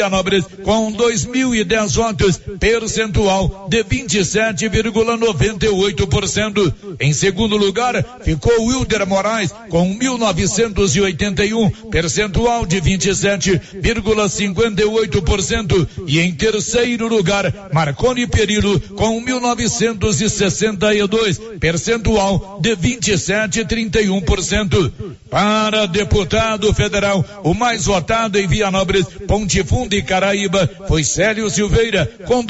Vianópolis com 2.010 votos, percentual de 27,98%. Em segundo lugar, ficou Wilder Moraes com 1.981, percentual de 27,58%. E em terceiro lugar, Marconi Perillo com 1.962, percentual de 27,31%. Para deputado federal, o mais votado em Vianópolis, Ponte Funda e Caraíba foi Célio Silveira com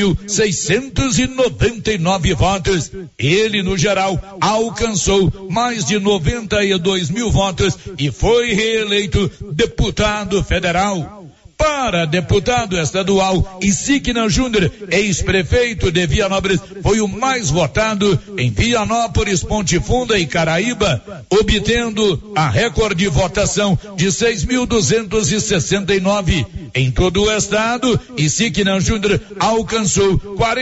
2.699 votos. Ele, no geral, alcançou mais de 92 mil votos e foi reeleito deputado federal. Para deputado estadual, Isignan Júnior, ex-prefeito de Vianópolis, foi o mais votado em Vianópolis, Ponte Funda e Caraíba, obtendo a recorde de votação de 6.269. Em todo o estado, Isignan Júnior alcançou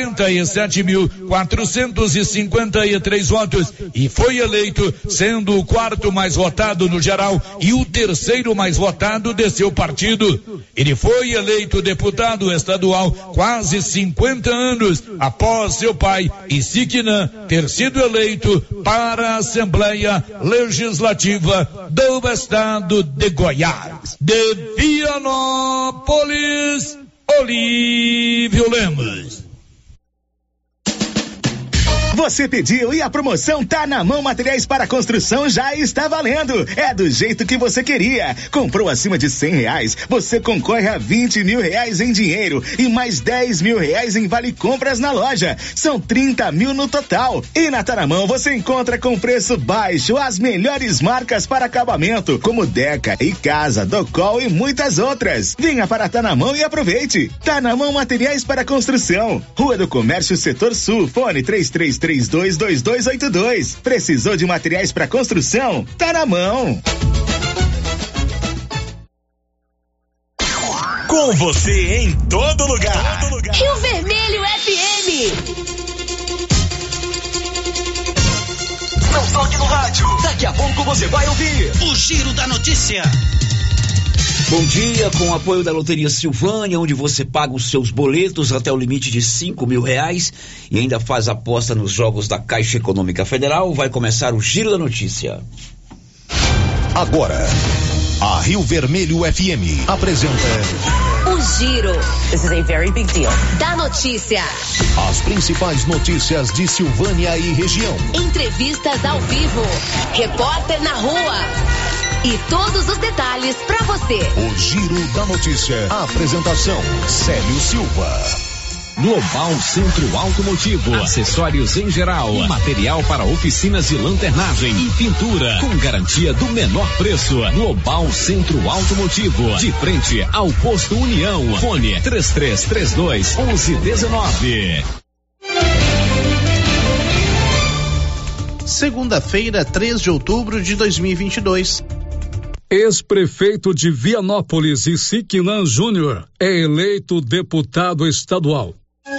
47.453 votos e foi eleito, sendo o quarto mais votado no geral e o terceiro mais votado de seu partido. Ele foi eleito deputado estadual quase 50 anos após seu pai, Isignan, ter sido eleito para a Assembleia Legislativa do Estado de Goiás. De Vianópolis, Olívio Lemos. Você pediu e a promoção Tá na Mão Materiais para Construção já está valendo. É do jeito que você queria. Comprou acima de R$100, você concorre a R$20 mil em dinheiro e mais R$10 mil em vale compras na loja. São 30 mil no total. E na Tá na Mão você encontra com preço baixo as melhores marcas para acabamento, como Deca, Icasa, Docol e muitas outras. Venha para Tá na Mão e aproveite. Tá na Mão Materiais para Construção. Rua do Comércio, Setor Sul. Fone 33322282. Precisou de materiais para construção? Tá na mão. Com você em todo lugar. Rio Vermelho FM. Não toque no rádio. Daqui a pouco você vai ouvir o Giro da Notícia. Bom dia, com o apoio da Loteria Silvânia, onde você paga os seus boletos até o limite de R$5 mil e ainda faz aposta nos jogos da Caixa Econômica Federal. Vai começar o Giro da Notícia. Agora, a Rio Vermelho FM apresenta o Giro. This is a very big deal. Da notícia. As principais notícias de Silvânia e região. Entrevistas ao vivo. Repórter na rua. E todos os detalhes pra você. O Giro da Notícia. A apresentação: Célio Silva. Global Centro Automotivo, acessórios em geral, material para oficinas de lanternagem e pintura, com garantia do menor preço. Global Centro Automotivo, de frente ao Posto União. Fone 3332-1119. Segunda-feira, 3 de outubro de 2022. Ex-prefeito de Vianópolis, Isignan Júnior, é eleito deputado estadual.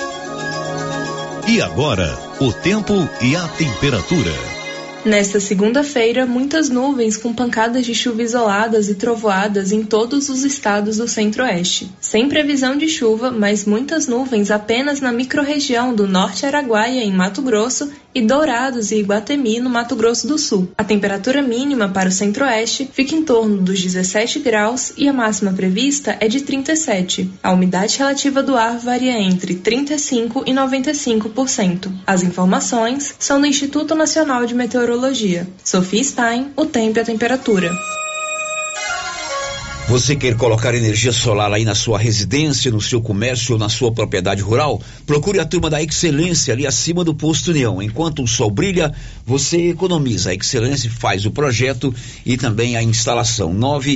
E agora, o tempo e a temperatura. Nesta segunda-feira, muitas nuvens com pancadas de chuva isoladas e trovoadas em todos os estados do Centro-Oeste. Sem previsão de chuva, mas muitas nuvens apenas na microrregião do Norte Araguaia, em Mato Grosso, e Dourados e Iguatemi, no Mato Grosso do Sul. A temperatura mínima para o Centro-Oeste fica em torno dos 17 graus e a máxima prevista é de 37. A umidade relativa do ar varia entre 35% e 95%. As informações são do Instituto Nacional de Meteorologia. Sofia Stein, o tempo e a temperatura. Você quer colocar energia solar aí na sua residência, no seu comércio ou na sua propriedade rural? Procure a turma da Excelência ali acima do Posto União. Enquanto o sol brilha, você economiza. A Excelência faz o projeto e também a instalação.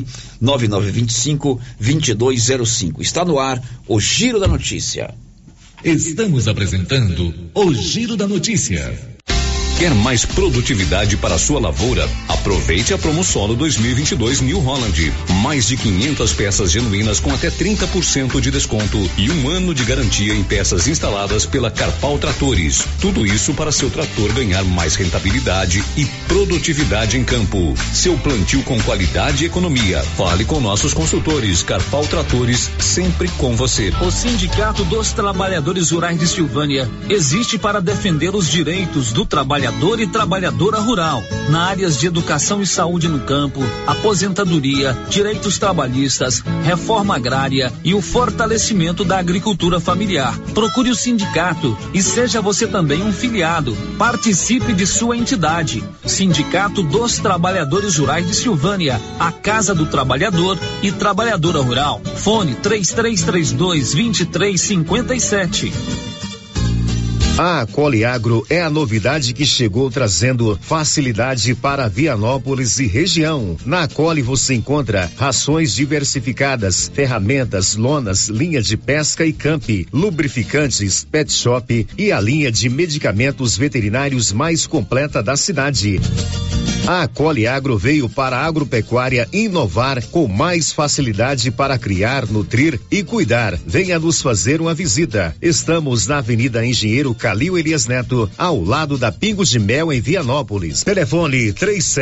99925-2205. Está no ar o Giro da Notícia. Estamos apresentando o Giro da Notícia. Quer mais produtividade para a sua lavoura? Aproveite a Promosolo 2022 New Holland. Mais de 500 peças genuínas com até 30% de desconto e 1 ano de garantia em peças instaladas pela Carpal Tratores. Tudo isso para seu trator ganhar mais rentabilidade e produtividade em campo. Seu plantio com qualidade e economia. Fale com nossos consultores. Carpal Tratores, sempre com você. O Sindicato dos Trabalhadores Rurais de Silvânia existe para defender os direitos do trabalhador e trabalhadora rural, na áreas de educação e saúde no campo, aposentadoria, direitos trabalhistas, reforma agrária e o fortalecimento da agricultura familiar. Procure o sindicato e seja você também um filiado. Participe de sua entidade. Sindicato dos Trabalhadores Rurais de Silvânia, a Casa do Trabalhador e Trabalhadora Rural. Fone 3332-2357. A Coliagro é a novidade que chegou trazendo facilidade para Vianópolis e região. Na Coli você encontra rações diversificadas, ferramentas, lonas, linha de pesca e camp, lubrificantes, pet shop e a linha de medicamentos veterinários mais completa da cidade. A Coliagro veio para a agropecuária inovar com mais facilidade para criar, nutrir e cuidar. Venha nos fazer uma visita. Estamos na Avenida Engenheiro Calil Elias Neto, ao lado da Pingos de Mel, em Vianópolis. Telefone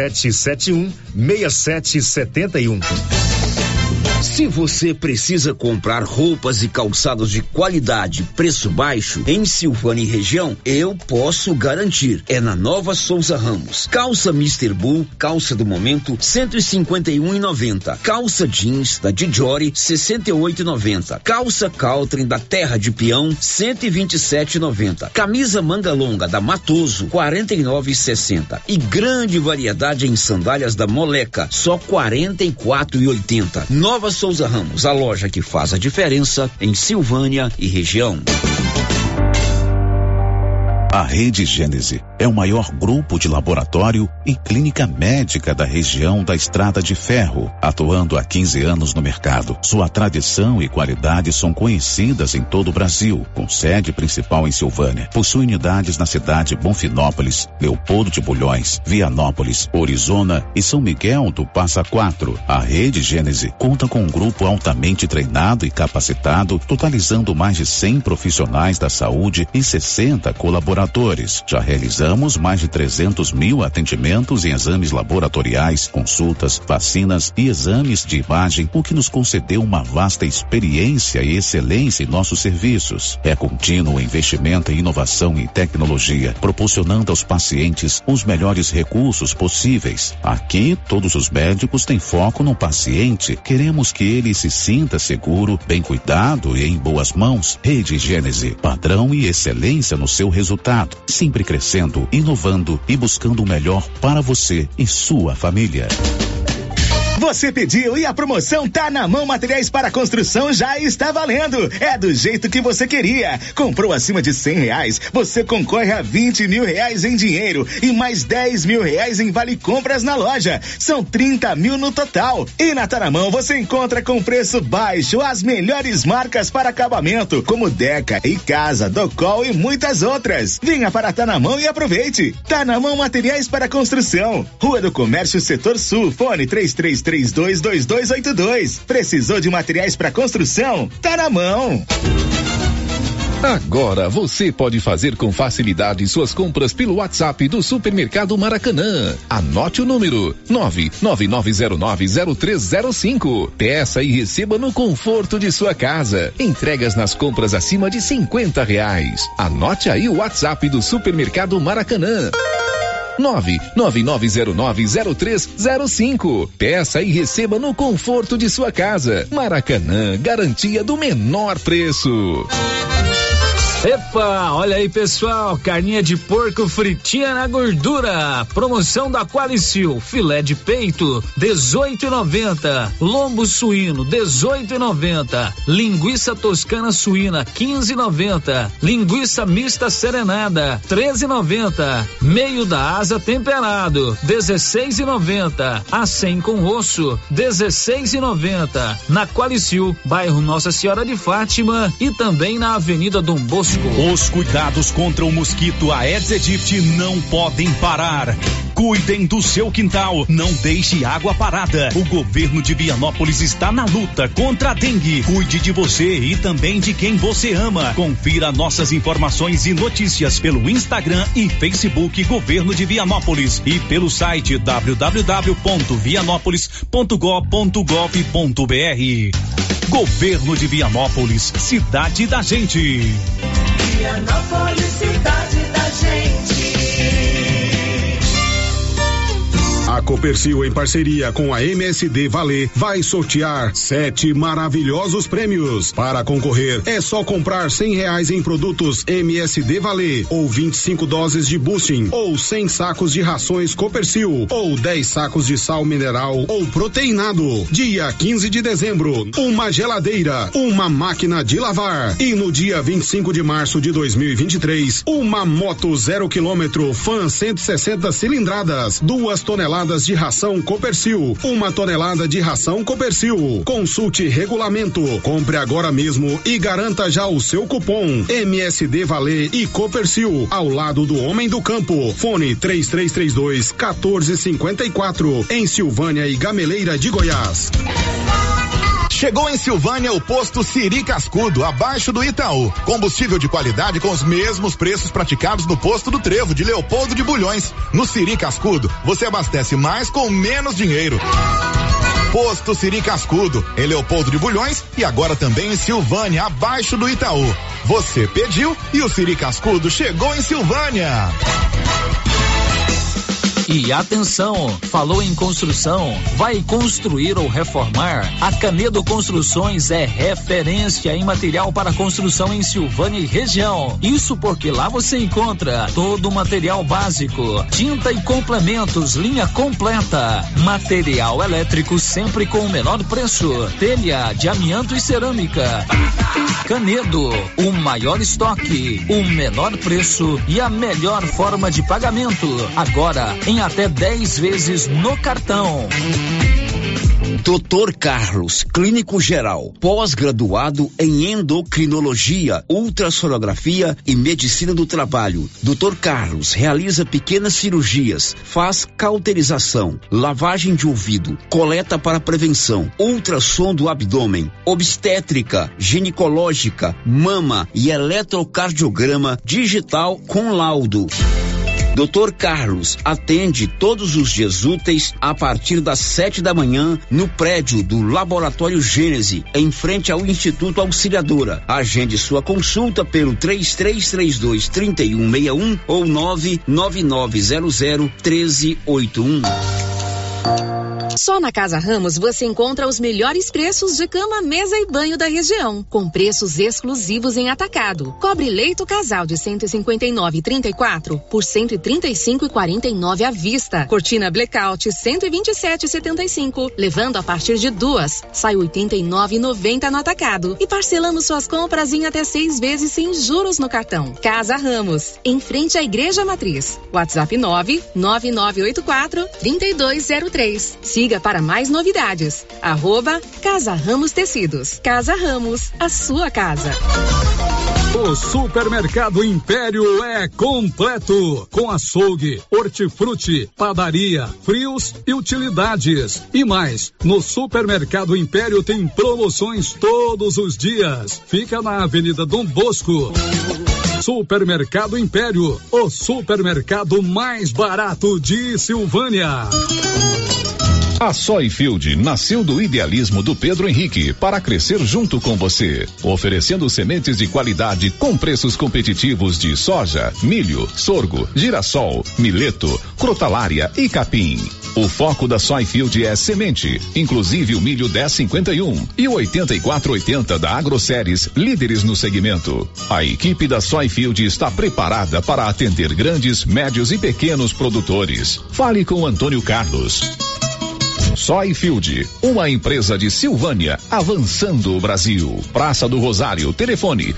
3771-6771. Se você precisa comprar roupas e calçados de qualidade, preço baixo, em Silvânia e região, eu posso garantir. É na Nova Souza Ramos. Calça Mr. Bull, calça do momento, R$151,90. Calça jeans da Dijori, R$68,90. Calça Caltrim da Terra de Peão, R$127,90. Camisa manga longa da Matoso, R$49,60. E grande variedade em sandálias da Moleca, só R$44,80. Nova Souza Ramos, a loja que faz a diferença em Silvânia e região. A Rede Gênese é o maior grupo de laboratório e clínica médica da região da Estrada de Ferro, atuando há 15 anos no mercado. Sua tradição e qualidade são conhecidas em todo o Brasil, com sede principal em Silvânia. Possui unidades na cidade Bonfinópolis, Leopoldo de Bulhões, Vianópolis, Orizona e São Miguel do Passa Quatro. A Rede Gênese conta com um grupo altamente treinado e capacitado, totalizando mais de 100 profissionais da saúde e 60 colaboradores. Já realizamos mais de 300 mil atendimentos em exames laboratoriais, consultas, vacinas e exames de imagem, o que nos concedeu uma vasta experiência e excelência em nossos serviços. É contínuo investimento em inovação e tecnologia, proporcionando aos pacientes os melhores recursos possíveis. Aqui, todos os médicos têm foco no paciente. Queremos que ele se sinta seguro, bem cuidado e em boas mãos. Rede Gênese, padrão e excelência no seu resultado. Sempre crescendo, inovando e buscando o melhor para você e sua família. Você pediu e a promoção Tá na Mão Materiais para Construção já está valendo. É do jeito que você queria. Comprou acima de R$100, você concorre a R$20 mil em dinheiro e mais R$10 mil em vale compras na loja. São 30 mil no total. E na Tá na Mão você encontra com preço baixo as melhores marcas para acabamento, como Deca, Icasa, Docol e muitas outras. Venha para Tá na Mão e aproveite. Tá na Mão Materiais para Construção. Rua do Comércio, Setor Sul. Fone 33322282. Precisou de materiais para construção? Tá na mão. Agora você pode fazer com facilidade suas compras pelo WhatsApp do Supermercado Maracanã. Anote o número 999090305. Peça e receba no conforto de sua casa. Entregas nas compras acima de R$50. Anote aí o WhatsApp do Supermercado Maracanã. 999090305. Peça e receba no conforto de sua casa. Maracanã, garantia do menor preço. Epa, olha aí pessoal, carninha de porco fritinha na gordura, promoção da Qualicil, filé de peito, R$18,90, lombo suíno, R$18,90, linguiça toscana suína, R$15,90, linguiça mista serenada, R$13,90, meio da asa temperado, R$16,90, acém com osso, R$16,90, na Qualicil, bairro Nossa Senhora de Fátima e também na Avenida Dom Bosco conosco. Os cuidados contra o mosquito Aedes aegypti não podem parar. Cuidem do seu quintal, não deixe água parada. O governo de Vianópolis está na luta contra a dengue. Cuide de você e também de quem você ama. Confira nossas informações e notícias pelo Instagram e Facebook Governo de Vianópolis e pelo site www.vianópolis.gov.br. Governo de Vianópolis, cidade da gente. Vianópolis, cidade da gente. A Copercil, em parceria com a MSD Valer, vai sortear 7 maravilhosos prêmios. Para concorrer, é só comprar R$100 em produtos MSD Valer, ou 25 doses de boosting, ou 100 sacos de rações Copercil, ou 10 sacos de sal mineral ou proteinado. Dia 15 de dezembro, uma geladeira, uma máquina de lavar. E no dia 25 de março de 2023, uma moto 0 km Fan 160 cilindradas, 2 toneladas de ração Copercil, 1 tonelada de ração Copercil. Consulte regulamento, compre agora mesmo e garanta já o seu cupom MSD Valer e Copercil, ao lado do homem do campo. Fone 3332-1454, em Silvânia e Gameleira de Goiás. Chegou em Silvânia o posto Siri Cascudo, abaixo do Itaú. Combustível de qualidade com os mesmos preços praticados no posto do Trevo de Leopoldo de Bulhões. No Siri Cascudo, você abastece mais com menos dinheiro. Posto Siri Cascudo, em Leopoldo de Bulhões e agora também em Silvânia, abaixo do Itaú. Você pediu e o Siri Cascudo chegou em Silvânia. E atenção, falou em construção, vai construir ou reformar? A Canedo Construções é referência em material para construção em Silvânia e região. Isso porque lá você encontra todo o material básico, tinta e complementos, linha completa, material elétrico sempre com o menor preço, telha de amianto e cerâmica. Canedo, o maior estoque, o menor preço e a melhor forma de pagamento. Agora em até 10 vezes no cartão. Dr. Carlos, clínico geral, pós-graduado em endocrinologia, ultrassonografia e medicina do trabalho. Dr. Carlos realiza pequenas cirurgias, faz cauterização, lavagem de ouvido, coleta para prevenção, ultrassom do abdômen, obstétrica, ginecológica, mama e eletrocardiograma digital com laudo. Dr. Carlos atende todos os dias úteis a partir das 7 da manhã no prédio do Laboratório Gênese, em frente ao Instituto Auxiliadora. Agende sua consulta pelo 3332-3161 ou 99900-1381. Só na Casa Ramos você encontra os melhores preços de cama, mesa e banho da região, com preços exclusivos em atacado. Cobre leito casal de 159,34 por 135,49 à vista. Cortina blackout 127,75, levando a partir de 2, sai 89,90 no atacado e parcelamos suas compras em até 6 vezes sem juros no cartão. Casa Ramos, em frente à Igreja Matriz. WhatsApp 99984-3203. Siga para mais novidades. @Casa Ramos Tecidos. Casa Ramos, a sua casa. O Supermercado Império é completo, com açougue, hortifruti, padaria, frios e utilidades. E mais, no Supermercado Império tem promoções todos os dias. Fica na Avenida Dom Bosco. Supermercado Império, o supermercado mais barato de Silvânia. A Soyfield nasceu do idealismo do Pedro Henrique para crescer junto com você, oferecendo sementes de qualidade com preços competitivos de soja, milho, sorgo, girassol, mileto, crotalária e capim. O foco da Soyfield é semente, inclusive o milho 1051 e o 8480 da AgroSéries, líderes no segmento. A equipe da Soyfield está preparada para atender grandes, médios e pequenos produtores. Fale com Antônio Carlos. Soyfield, uma empresa de Silvânia, avançando o Brasil. Praça do Rosário, telefone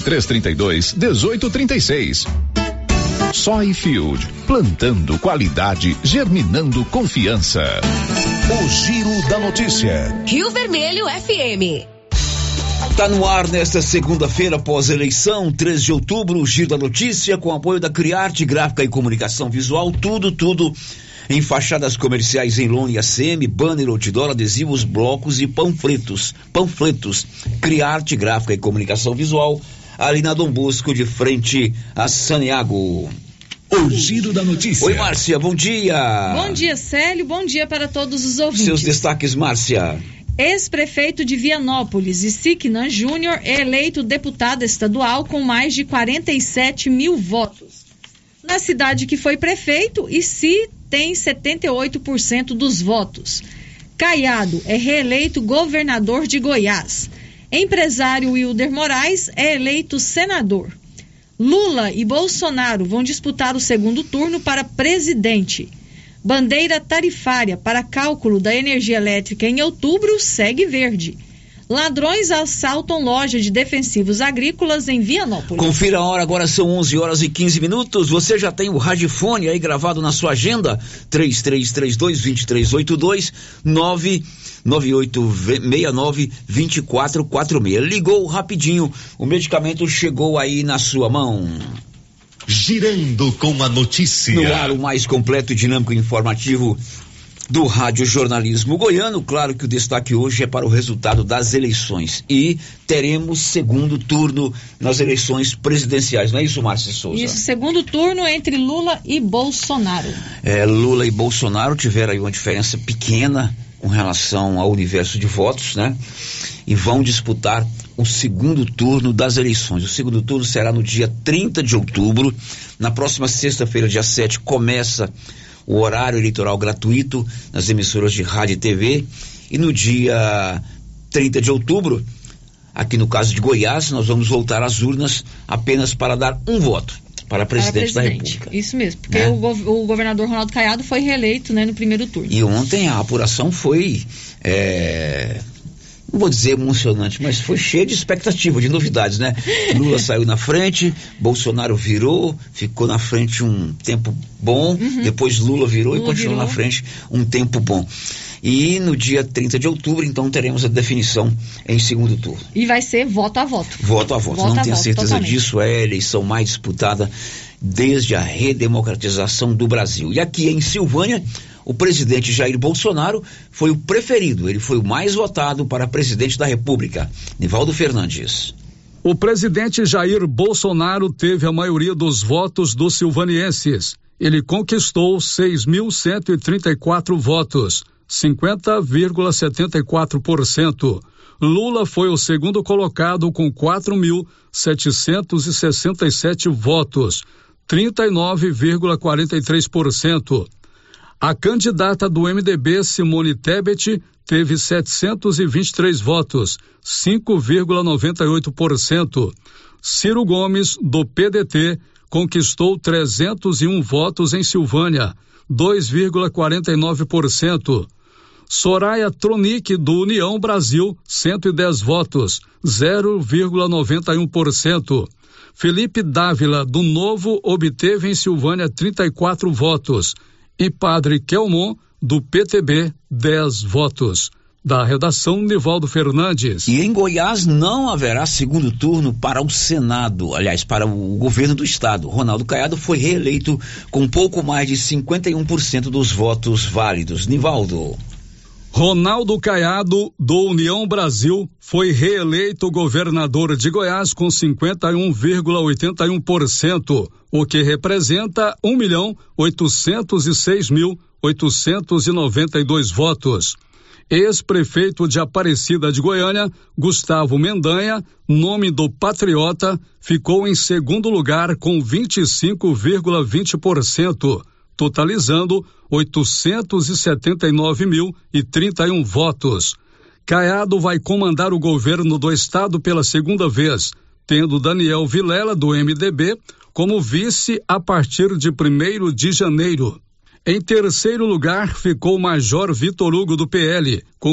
3332-1836. Soyfield, plantando qualidade, germinando confiança. O Giro da Notícia. Rio Vermelho FM. Tá no ar nesta segunda-feira, pós-eleição, 3 de outubro, o Giro da Notícia, com apoio da Criarte Gráfica e Comunicação Visual, tudo em fachadas comerciais em lona e ACM, banner, outdoor, adesivos, blocos e panfletos. Criarte Gráfica e Comunicação Visual, ali na Dom Bosco, de frente a Saneago. O Giro da Notícia. Oi, Márcia, bom dia. Bom dia, Célio, bom dia para todos os ouvintes. Seus destaques, Márcia. Ex-prefeito de Vianópolis, Isignan Júnior, é eleito deputado estadual com mais de 47 mil votos. Na cidade que foi prefeito, Isi tem 78% dos votos. Caiado é reeleito governador de Goiás. Empresário Wilder Moraes é eleito senador. Lula e Bolsonaro vão disputar o segundo turno para presidente. Bandeira tarifária para cálculo da energia elétrica em outubro segue verde. Ladrões assaltam loja de defensivos agrícolas em Vianópolis. Confira a hora, agora são 11h15. Você já tem o radiofone aí gravado na sua agenda? 3332-2382, 99869-2446. Ligou rapidinho, o medicamento chegou aí na sua mão. Girando com a notícia. No ar, o mais completo e dinâmico informativo do Rádio Jornalismo Goiano. Claro que o destaque hoje é para o resultado das eleições. E teremos segundo turno nas eleições presidenciais. Não é isso, Márcia Souza? Isso, segundo turno entre Lula e Bolsonaro. Lula e Bolsonaro tiveram aí uma diferença pequena com relação ao universo de votos, né? E vão disputar o segundo turno das eleições. O segundo turno será no dia 30 de outubro. Na próxima sexta-feira, dia 7, começa o horário eleitoral gratuito nas emissoras de rádio e TV. E no dia 30 de outubro, aqui no caso de Goiás, nós vamos voltar às urnas apenas para dar um voto. Para presidente da República. Isso mesmo, porque o governador Ronaldo Caiado foi reeleito, né, no primeiro turno. E ontem a apuração foi, não vou dizer emocionante, mas foi cheia de expectativa, de novidades, né? Lula saiu na frente, Bolsonaro virou, ficou na frente um tempo bom, depois Lula virou e continuou na frente um tempo bom. E no dia 30 de outubro, então, teremos a definição em segundo turno. E vai ser voto a voto. Voto a voto. Não tenho certeza totalmente disso, é a eleição mais disputada desde a redemocratização do Brasil. E aqui em Silvânia, o presidente Jair Bolsonaro foi o preferido, ele foi o mais votado para presidente da República. Nivaldo Fernandes. O presidente Jair Bolsonaro teve a maioria dos votos dos silvanienses. Ele conquistou 6.134 votos. 50,74%. Lula foi o segundo colocado com 4.767 votos, 39,43%. A candidata do MDB, Simone Tebet, teve 723 votos, 5,98%. Ciro Gomes, do PDT, conquistou 301 votos em Silvânia, 2,49%. Soraya Tronic, do União Brasil, 110 votos, 0,91%. Felipe Dávila, do Novo, obteve em Silvânia 34 votos. E Padre Kelmon, do PTB, 10 votos. Da redação, Nivaldo Fernandes. E em Goiás não haverá segundo turno para o Senado, aliás, para o governo do estado. Ronaldo Caiado foi reeleito com pouco mais de 51% dos votos válidos. Nivaldo. Ronaldo Caiado, do União Brasil, foi reeleito governador de Goiás com 51,81%, o que representa 1.806.892 votos. Ex-prefeito de Aparecida de Goiânia, Gustavo Mendanha, nome do patriota, ficou em segundo lugar com 25,20%, totalizando 879.031 votos. Caiado vai comandar o governo do estado pela segunda vez, tendo Daniel Vilela, do MDB, como vice a partir de 1º de janeiro. Em terceiro lugar ficou o Major Vitor Hugo, do PL, com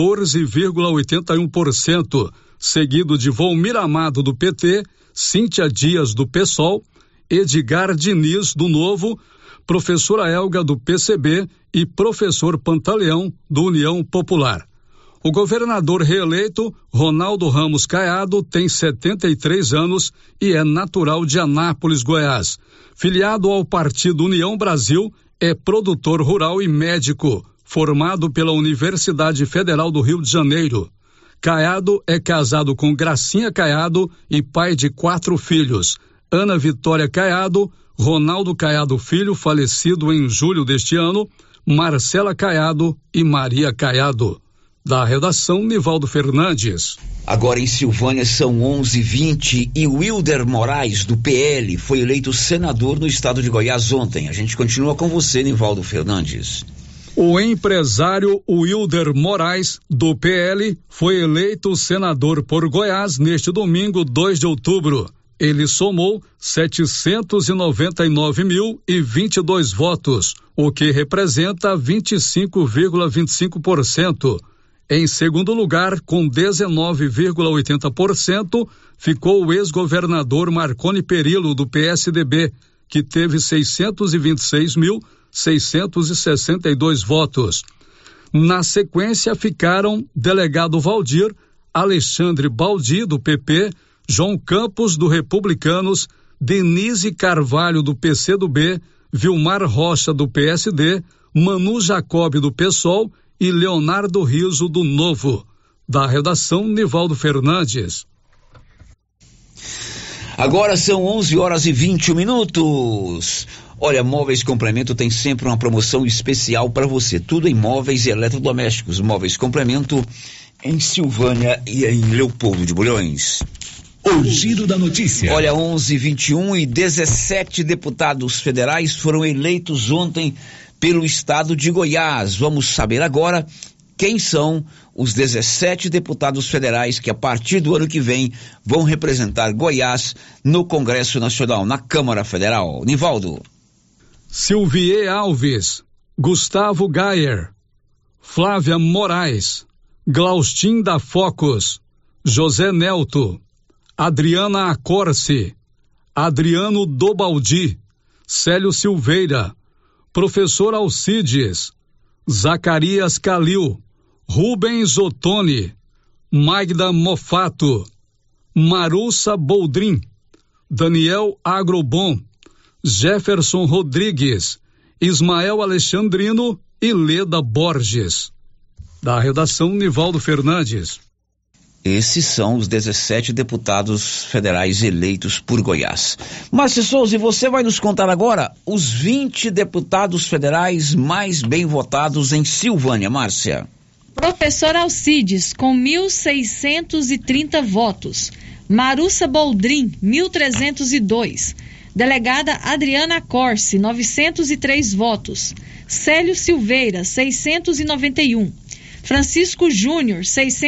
14,81%, seguido de Volmir Amado, do PT, Cíntia Dias, do PSOL, Edgar Diniz, do Novo, professora Elga, do PCB e professor Pantaleão, do União Popular. O governador reeleito, Ronaldo Ramos Caiado, tem 73 anos e é natural de Anápolis, Goiás. Filiado ao Partido União Brasil, é produtor rural e médico, formado pela Universidade Federal do Rio de Janeiro. Caiado é casado com Gracinha Caiado e pai de 4 filhos. Ana Vitória Caiado, Ronaldo Caiado Filho, falecido em julho deste ano, Marcela Caiado e Maria Caiado. Da redação, Nivaldo Fernandes. Agora em Silvânia são 11h20 e Wilder Moraes, do PL, foi eleito senador no estado de Goiás ontem. A gente continua com você, Nivaldo Fernandes. O empresário Wilder Moraes, do PL, foi eleito senador por Goiás neste domingo, 2 de outubro. Ele somou 799.022 votos, o que representa 25,25%. Em segundo lugar, com 19,80%, ficou o ex-governador Marconi Perillo, do PSDB, que teve 626.662 votos. Na sequência ficaram delegado Valdir, Alexandre Baldi, do PP, João Campos, do Republicanos, Denise Carvalho, do PCdoB, Vilmar Rocha, do PSD, Manu Jacob, do PSOL e Leonardo Riso, do Novo. Da redação, Nivaldo Fernandes. Agora são 11h21. Olha, Móveis Complemento tem sempre uma promoção especial para você. Tudo em móveis e eletrodomésticos. Móveis Complemento em Silvânia e em Leopoldo de Bulhões. O giro da notícia. Olha, 11h21 e 17 deputados federais foram eleitos ontem pelo estado de Goiás. Vamos saber agora quem são os 17 deputados federais que a partir do ano que vem vão representar Goiás no Congresso Nacional, na Câmara Federal. Nivaldo. Silvier Alves, Gustavo Gayer, Flávia Moraes, Glaustin da Focos, José Nelto, Adriana Acorce, Adriano Dobaldi, Célio Silveira, Professor Alcides, Zacarias Calil, Rubens Ottoni, Magda Mofato, Marussa Boldrin, Daniel Agrobon, Jefferson Rodrigues, Ismael Alexandrino e Leda Borges. Da redação, Nivaldo Fernandes. Esses são os 17 deputados federais eleitos por Goiás. Márcia Souza, e você vai nos contar agora os 20 deputados federais mais bem votados em Silvânia, Márcia. Professor Alcides, com 1.630 votos. Marussa Boldrin, 1.302. Delegada Adriana Corse, 903 votos. Célio Silveira, 691. Francisco Júnior,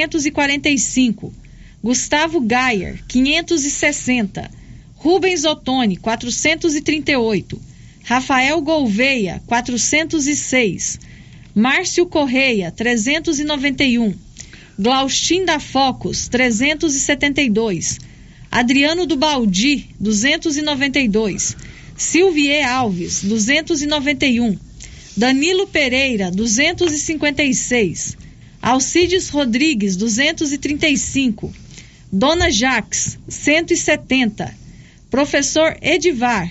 645. Gustavo Gayer, 560. Rubens Ottoni, 438. Rafael Gouveia, 406. Márcio Correia, 391. Glaustin da Focos, 372. Adriano do Baldi, 292. Silvier Alves, 291. Danilo Pereira, 256. Alcides Rodrigues, 235. Dona Jaques, 170. Professor Edivar,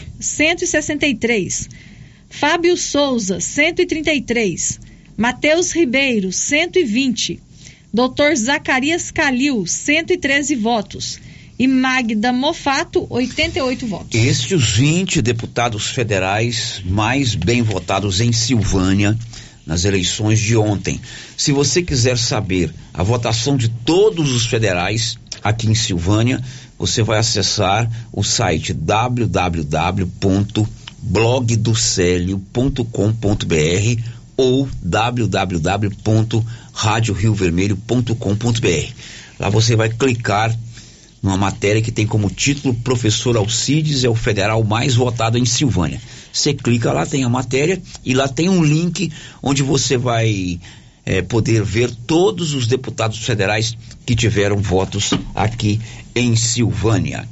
163. Fábio Souza, 133. Mateus Ribeiro, 120. Dr. Zacarias Calil, 113 votos. E Magda Mofato, 88 votos. Estes os 20 deputados federais mais bem votados em Silvânia nas eleições de ontem. Se você quiser saber a votação de todos os federais aqui em Silvânia, você vai acessar o site www.blogdocelio.com.br ou www.radioriovermelho.com.br. Lá você vai clicar numa matéria que tem como título Professor Alcides é o federal mais votado em Silvânia. Você clica lá, tem a matéria e lá tem um link onde você vai poder ver todos os deputados federais que tiveram votos aqui em Silvânia.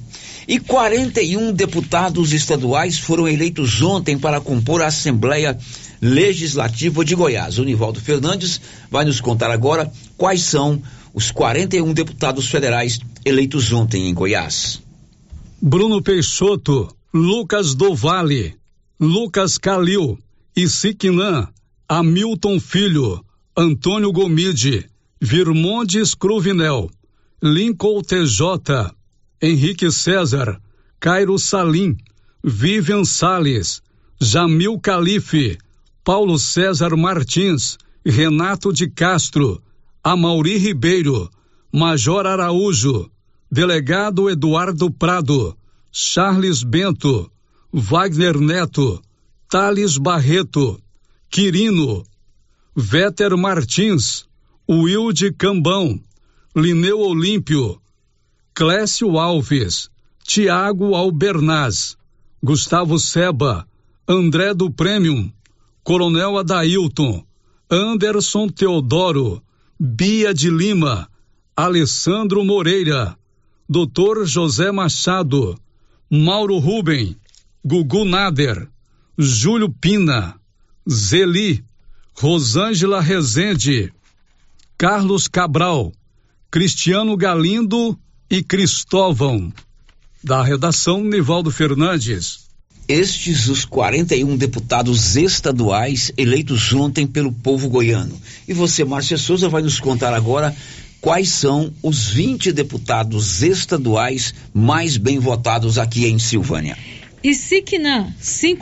E 41 deputados estaduais foram eleitos ontem para compor a Assembleia Legislativa de Goiás. O Nivaldo Fernandes vai nos contar agora quais são os 41 deputados federais eleitos ontem em Goiás. Bruno Peixoto, Lucas do Vale, Lucas Calil, Isiquinã, Hamilton Filho, Antônio Gomide, Virmondes Cruvinel, Lincoln TJ, Henrique César, Cairo Salim, Vivian Salles, Jamil Calife, Paulo César Martins, Renato de Castro, Amauri Ribeiro, Major Araújo, Delegado Eduardo Prado, Charles Bento, Wagner Neto, Thales Barreto, Quirino, Véter Martins, Wilde Cambão, Lineu Olímpio, Clécio Alves, Tiago Albernaz, Gustavo Seba, André do Premium, Coronel Adailton, Anderson Teodoro, Bia de Lima, Alessandro Moreira, Dr. José Machado, Mauro Ruben, Gugu Nader, Júlio Pina, Zeli, Rosângela Rezende, Carlos Cabral, Cristiano Galindo e Cristóvão. Da redação, Nivaldo Fernandes. Estes os 41 deputados estaduais eleitos ontem pelo povo goiano. E você, Márcia Souza, vai nos contar agora quais são os 20 deputados estaduais mais bem votados aqui em Silvânia. Isiquinã,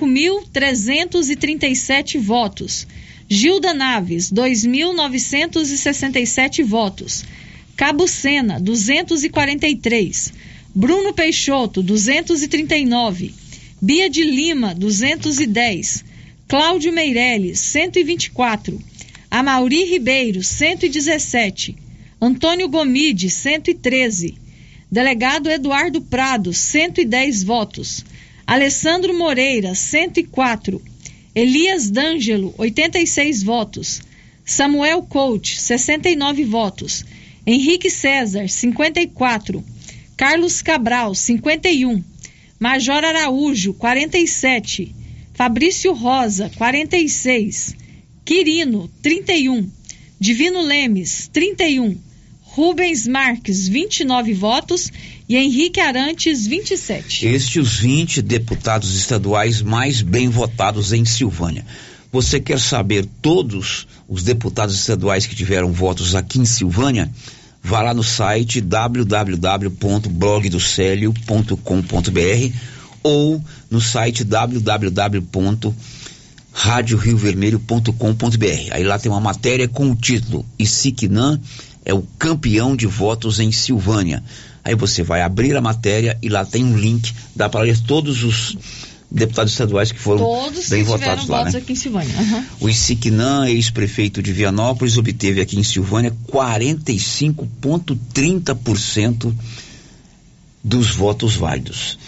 5.337 votos. Gilda Naves, 2.967 votos. Cabucena, 243. Bruno Peixoto, 239. Bia de Lima, 210. Cláudio Meirelles, 124. Amauri Ribeiro, 117. Antônio Gomide, 113. Delegado Eduardo Prado, 110 votos. Alessandro Moreira, 104. Elias D'Angelo, 86 votos. Samuel Coach, 69 votos. Henrique César, 54. Carlos Cabral, 51. Major Araújo, 47. Fabrício Rosa, 46. Quirino, 31. Divino Lemes, 31. Rubens Marques, 29 votos. E Henrique Arantes, 27. Estes os 20 deputados estaduais mais bem votados em Silvânia. Você quer saber todos os deputados estaduais que tiveram votos aqui em Silvânia? Vá lá no site www.blogdocelio.com.br ou no site www.radioriovermelho.com.br. Aí lá tem uma matéria com o título Isiquinã é o campeão de votos em Silvânia. Aí você vai abrir a matéria e lá tem um link, dá para ler todos os deputados estaduais que foram todos bem que votados lá, votos né? aqui em Silvânia. Uhum. O Isiquinã, ex-prefeito de Vianópolis, obteve aqui em Silvânia 45,30% dos votos válidos.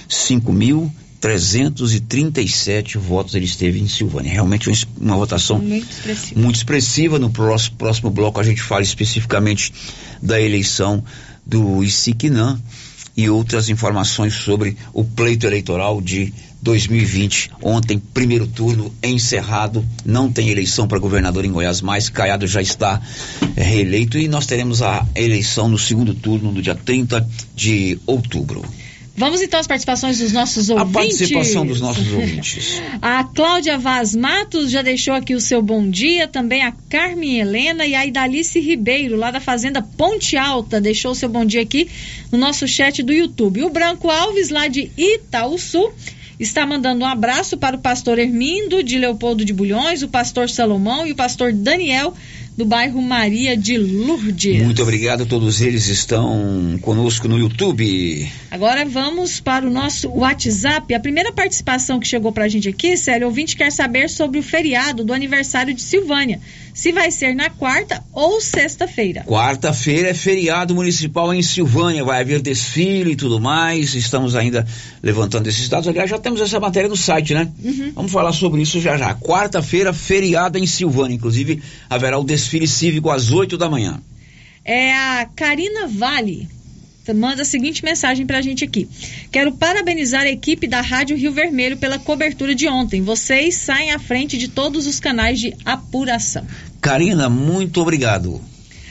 5.337 votos ele teve em Silvânia. Realmente uma votação muito expressiva. No próximo bloco a gente fala especificamente da eleição do Isiquinã e outras informações sobre o pleito eleitoral de 2020. Ontem, primeiro turno encerrado, não tem eleição para governador em Goiás mais, Caiado já está reeleito e nós teremos a eleição no segundo turno no dia 30 de outubro. Vamos então às participações dos nossos ouvintes. A participação dos nossos ouvintes. A Cláudia Vaz Matos já deixou aqui o seu bom dia, também a Carmen Helena e a Idalice Ribeiro, lá da Fazenda Ponte Alta, deixou o seu bom dia aqui no nosso chat do YouTube. O Branco Alves, lá de Itaúsu, está mandando um abraço para o pastor Hermindo, de Leopoldo de Bulhões, o pastor Salomão e o pastor Daniel, do bairro Maria de Lourdes. Muito obrigado, todos eles estão conosco no YouTube. Agora vamos para o nosso WhatsApp. A primeira participação que chegou pra gente aqui, Célio, o ouvinte quer saber sobre o feriado do aniversário de Silvânia. Se vai ser na quarta ou sexta-feira. Quarta-feira é feriado municipal em Silvânia, vai haver desfile e tudo mais, estamos ainda levantando esses dados, aliás já temos essa matéria no site, né? Uhum. Vamos falar sobre isso já já. Quarta-feira, feriado em Silvânia, inclusive haverá o desfile cívico às 8 da manhã. É a Karina Vale. manda a seguinte mensagem pra gente aqui. Quero parabenizar a equipe da Rádio Rio Vermelho pela cobertura de ontem. Vocês saem à frente de todos os canais de apuração. Karina, muito obrigado.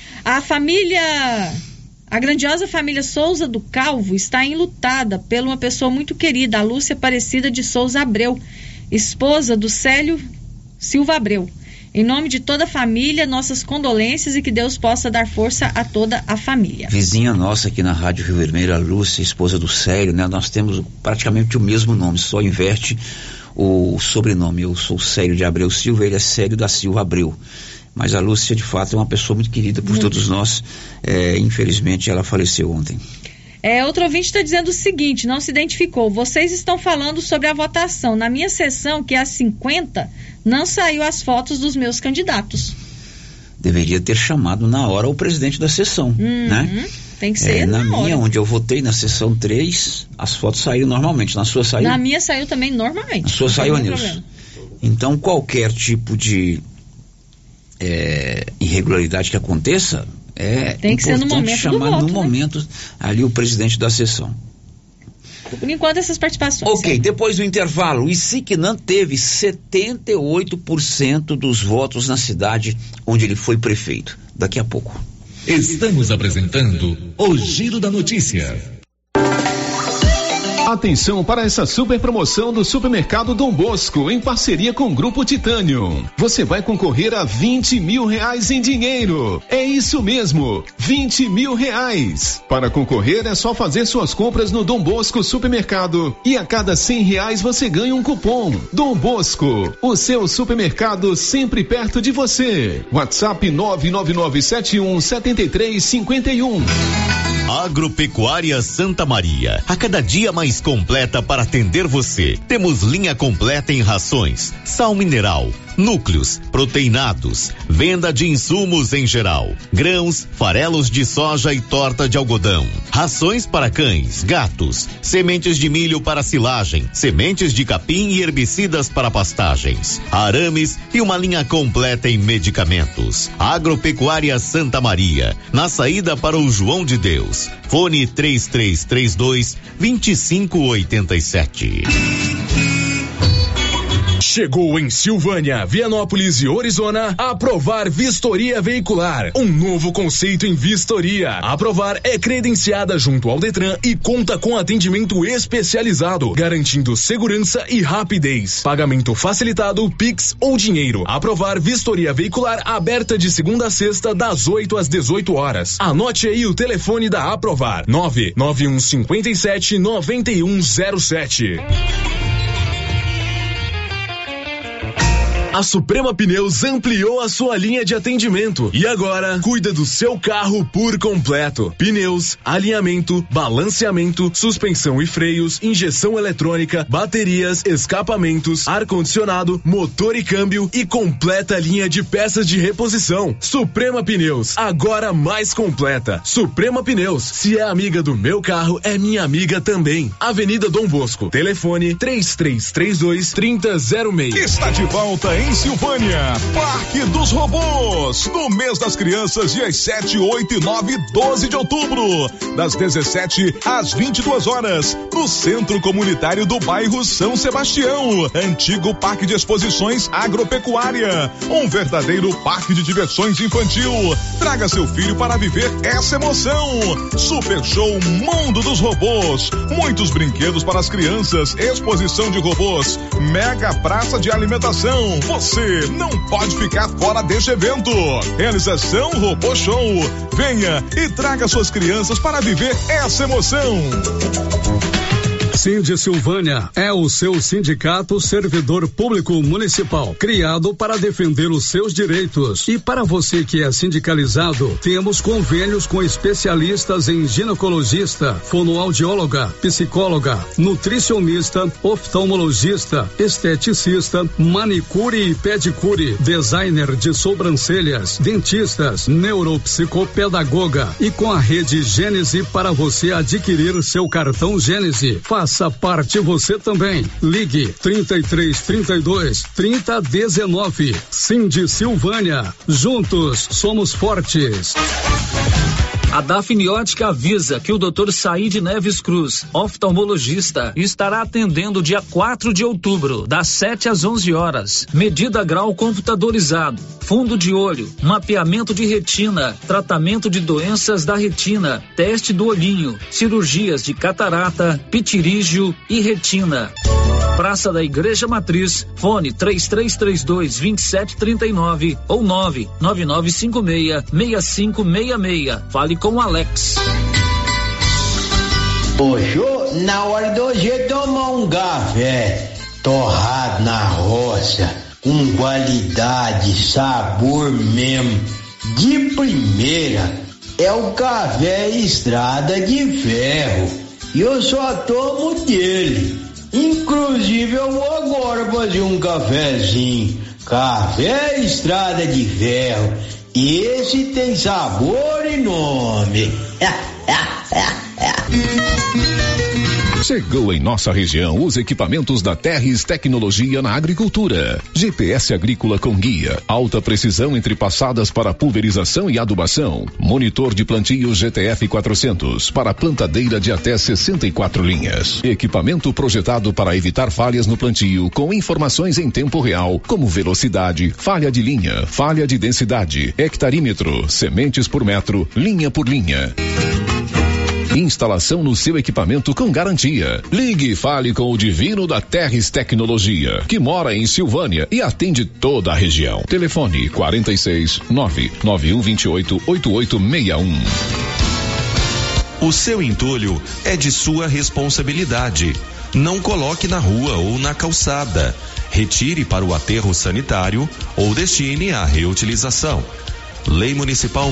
A grandiosa família Souza do Calvo está enlutada por uma pessoa muito querida, a Lúcia Aparecida de Souza Abreu, esposa do Célio Silva Abreu. Em nome de toda a família, nossas condolências e que Deus possa dar força a toda a família. Vizinha nossa aqui na Rádio Rio Vermelho, a Lúcia, esposa do Célio, né? Nós temos praticamente o mesmo nome, só inverte o sobrenome. Eu sou Célio de Abreu Silva, ele é Célio da Silva Abreu. Mas a Lúcia, de fato, é uma pessoa muito querida por todos nós. Infelizmente, ela faleceu ontem. Outro ouvinte está dizendo o seguinte, não se identificou. Vocês estão falando sobre a votação. Na minha sessão, que é a 50, não saiu as fotos dos meus candidatos. Deveria ter chamado na hora o presidente da sessão, né? Tem que ser na minha, hora. Onde eu votei, na sessão 3, as fotos saíram normalmente. Na sua saiu? Na minha saiu também normalmente. Na sua saiu, Nilson. Então, qualquer tipo de irregularidade que aconteça, tem que ser no momento chamar do voto, no momento ali o presidente da sessão. Por enquanto, essas participações. Ok, depois do intervalo, o Isiquinã teve 78% dos votos na cidade onde ele foi prefeito. Daqui a pouco. Estamos apresentando o Giro da Notícia. Atenção para essa super promoção do Supermercado Dom Bosco, em parceria com o Grupo Titânio. Você vai concorrer a R$20 mil em dinheiro. É isso mesmo, R$20 mil. Para concorrer é só fazer suas compras no Dom Bosco Supermercado e a cada R$100 você ganha um cupom. Dom Bosco, o seu supermercado sempre perto de você. WhatsApp 999717351. Agropecuária Santa Maria, a cada dia mais completa para atender você. Temos linha completa em rações, sal mineral, núcleos, proteinados, venda de insumos em geral, grãos, farelos de soja e torta de algodão, rações para cães, gatos, sementes de milho para silagem, sementes de capim e herbicidas para pastagens, arames e uma linha completa em medicamentos. Agropecuária Santa Maria, na saída para o João de Deus. Fone 3332-2587. Chegou em Silvânia, Vianópolis e Orizona a Aprovar Vistoria Veicular, um novo conceito em vistoria. A Aprovar é credenciada junto ao Detran e conta com atendimento especializado, garantindo segurança e rapidez. Pagamento facilitado, Pix ou dinheiro. A Aprovar Vistoria Veicular aberta de segunda a sexta das 8 às 18 horas. Anote aí o telefone da Aprovar: 99157-9107. A Suprema Pneus ampliou a sua linha de atendimento e agora cuida do seu carro por completo. Pneus, alinhamento, balanceamento, suspensão e freios, injeção eletrônica, baterias, escapamentos, ar-condicionado, motor e câmbio e completa linha de peças de reposição. Suprema Pneus, agora mais completa. Suprema Pneus, se é amiga do meu carro, é minha amiga também. Avenida Dom Bosco, telefone 3332-3006. Está de volta em Silvânia, Parque dos Robôs, no mês das crianças, dias 7, 8, 9 e 12 de outubro, das 17 às 22 horas, no Centro Comunitário do bairro São Sebastião, antigo Parque de Exposições Agropecuária, um verdadeiro parque de diversões infantil. Traga seu filho para viver essa emoção. Super Show Mundo dos Robôs, muitos brinquedos para as crianças, exposição de robôs, mega praça de alimentação. Você não pode ficar fora deste evento. Realização Robô Show. Venha e traga suas crianças para viver essa emoção. Sindi Silvânia é o seu sindicato servidor público municipal, criado para defender os seus direitos. E para você que é sindicalizado, temos convênios com especialistas em ginecologista, fonoaudióloga, psicóloga, nutricionista, oftalmologista, esteticista, manicure e pedicure, designer de sobrancelhas, dentistas, neuropsicopedagoga e com a rede Gênese para você adquirir seu cartão Gênese. Faça parte você também. Ligue 3332-3019. Sindi Silvânia. Juntos somos fortes. A Dafniótica avisa que o Dr. Saíde Neves Cruz, oftalmologista, estará atendendo dia 4 de outubro, das 7 às 11 horas. Medida grau computadorizado, fundo de olho, mapeamento de retina, tratamento de doenças da retina, teste do olhinho, cirurgias de catarata, pitirígio e retina. Praça da Igreja Matriz, fone 3332-2739 ou 99956-6566. Fale com o Alex. Poxa, na hora de hoje tomar um café torrado na roça, com qualidade, sabor mesmo, de primeira, é o café Estrada de Ferro. E eu só tomo dele. Inclusive eu vou agora fazer um cafezinho. Café Estrada de Ferro. Esse tem sabor e nome. Chegou em nossa região os equipamentos da Terres Tecnologia na Agricultura. GPS agrícola com guia, alta precisão entre passadas para pulverização e adubação. Monitor de plantio GTF 400 para plantadeira de até 64 linhas. Equipamento projetado para evitar falhas no plantio com informações em tempo real, como velocidade, falha de linha, falha de densidade, hectarímetro, sementes por metro, linha por linha. Instalação no seu equipamento com garantia. Ligue e fale com o Divino da Terres Tecnologia, que mora em Silvânia e atende toda a região. Telefone 46 99128 8861. O seu entulho é de sua responsabilidade. Não coloque na rua ou na calçada. Retire para o aterro sanitário ou destine à reutilização. Lei Municipal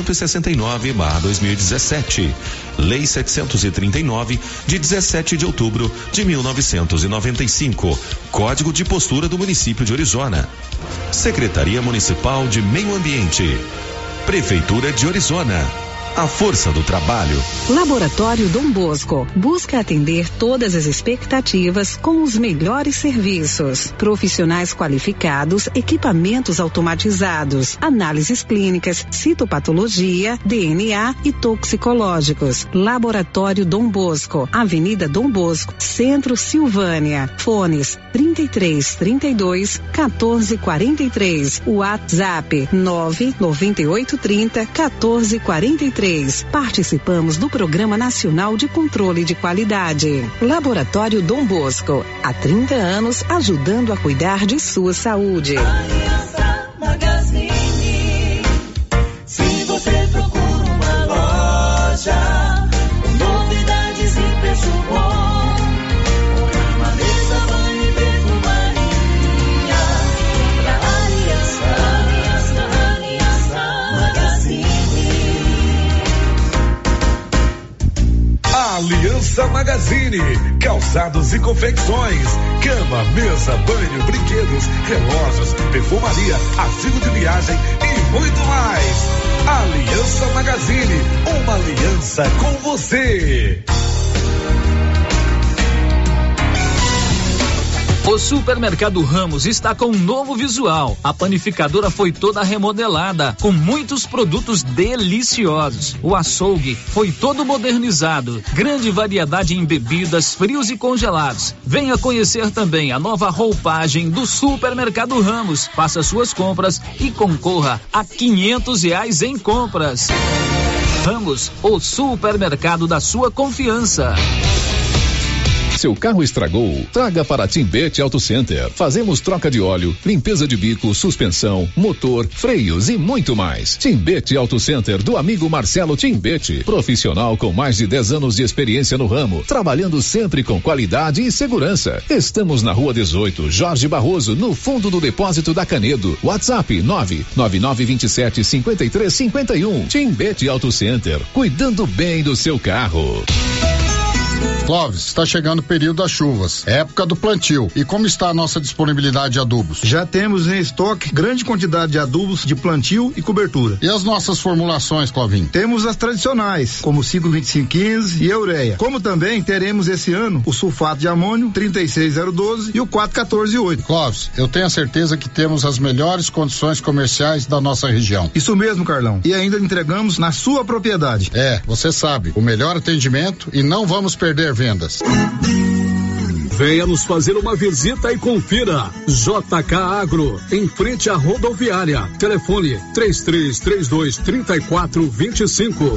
1169/2017. Lei 739 de 17 de outubro de 1995. Código de Postura do Município de Orizona. Secretaria Municipal de Meio Ambiente. Prefeitura de Orizona. A força do trabalho. Laboratório Dom Bosco busca atender todas as expectativas com os melhores serviços. Profissionais qualificados, equipamentos automatizados, análises clínicas, citopatologia, DNA e toxicológicos. Laboratório Dom Bosco, Avenida Dom Bosco, Centro, Silvânia. Fones 3332 1443. WhatsApp 99830 1443. Participamos do Programa Nacional de Controle de Qualidade. Laboratório Dom Bosco, há 30 anos ajudando a cuidar de sua saúde. Aliança Magazine. Se você procura uma loja com novidades e preço bom, cama, mesa, banho e perfumaria, pra Aliança Magazine. Aliança Magazine, calçados e confecções, cama, mesa, banho, brinquedos, relógios, perfumaria, artigo de viagem e muito mais. Aliança Magazine, uma aliança com você. O Supermercado Ramos está com um novo visual. A panificadora foi toda remodelada, com muitos produtos deliciosos. O açougue foi todo modernizado. Grande variedade em bebidas, frios e congelados. Venha conhecer também a nova roupagem do Supermercado Ramos. Faça suas compras e concorra a R$500 em compras. Ramos, o supermercado da sua confiança. Seu carro estragou? Traga para Timbete Auto Center. Fazemos troca de óleo, limpeza de bico, suspensão, motor, freios e muito mais. Timbete Auto Center do amigo Marcelo Timbete, profissional com mais de 10 anos de experiência no ramo, trabalhando sempre com qualidade e segurança. Estamos na Rua 18, Jorge Barroso, no fundo do depósito da Canedo. WhatsApp 99927-5351. Timbete Auto Center, cuidando bem do seu carro. Clóvis, está chegando o período das chuvas, época do plantio. E como está a nossa disponibilidade de adubos? Já temos em estoque grande quantidade de adubos de plantio e cobertura. E as nossas formulações, Clovinho? Temos as tradicionais, como o 52515 e ureia. Como também teremos esse ano o sulfato de amônio 36012 e o 4148. Clóvis, eu tenho a certeza que temos as melhores condições comerciais da nossa região. Isso mesmo, Carlão. E ainda entregamos na sua propriedade. Você sabe, o melhor atendimento e não vamos perder vendas. Venha nos fazer uma visita e confira. JK Agro, em frente à rodoviária. Telefone 3332-3425.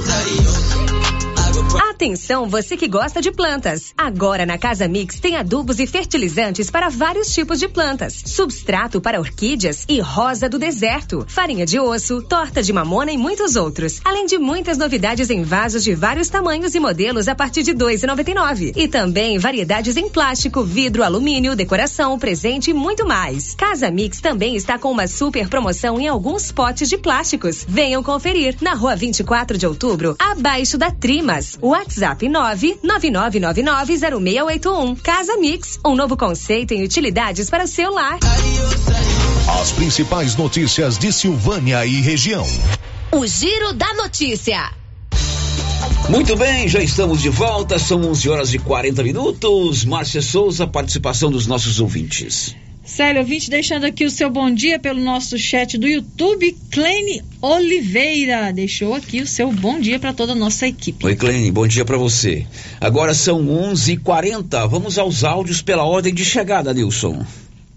Atenção, você que gosta de plantas. Agora na Casa Mix tem adubos e fertilizantes para vários tipos de plantas. Substrato para orquídeas e rosa do deserto. Farinha de osso, torta de mamona e muitos outros. Além de muitas novidades em vasos de vários tamanhos e modelos a partir de R$ 2,99. E também variedades em plástico, vidro, alumínio, decoração, presente e muito mais. Casa Mix também está com uma super promoção em alguns potes de plásticos. Venham conferir na Rua 24 de Outubro, abaixo da Trimas. WhatsApp 999990681. Casa Mix, um novo conceito em utilidades para o seu lar. As principais notícias de Silvânia e região. O Giro da Notícia. Muito bem, já estamos de volta, são 11h40. Márcia Souza, participação dos nossos ouvintes. Célio, ouvinte, deixando aqui o seu bom dia pelo nosso chat do YouTube. Clene Oliveira deixou aqui o seu bom dia para toda a nossa equipe. Oi, Clene, bom dia para você. Agora são 11h40, vamos aos áudios pela ordem de chegada, Nilson.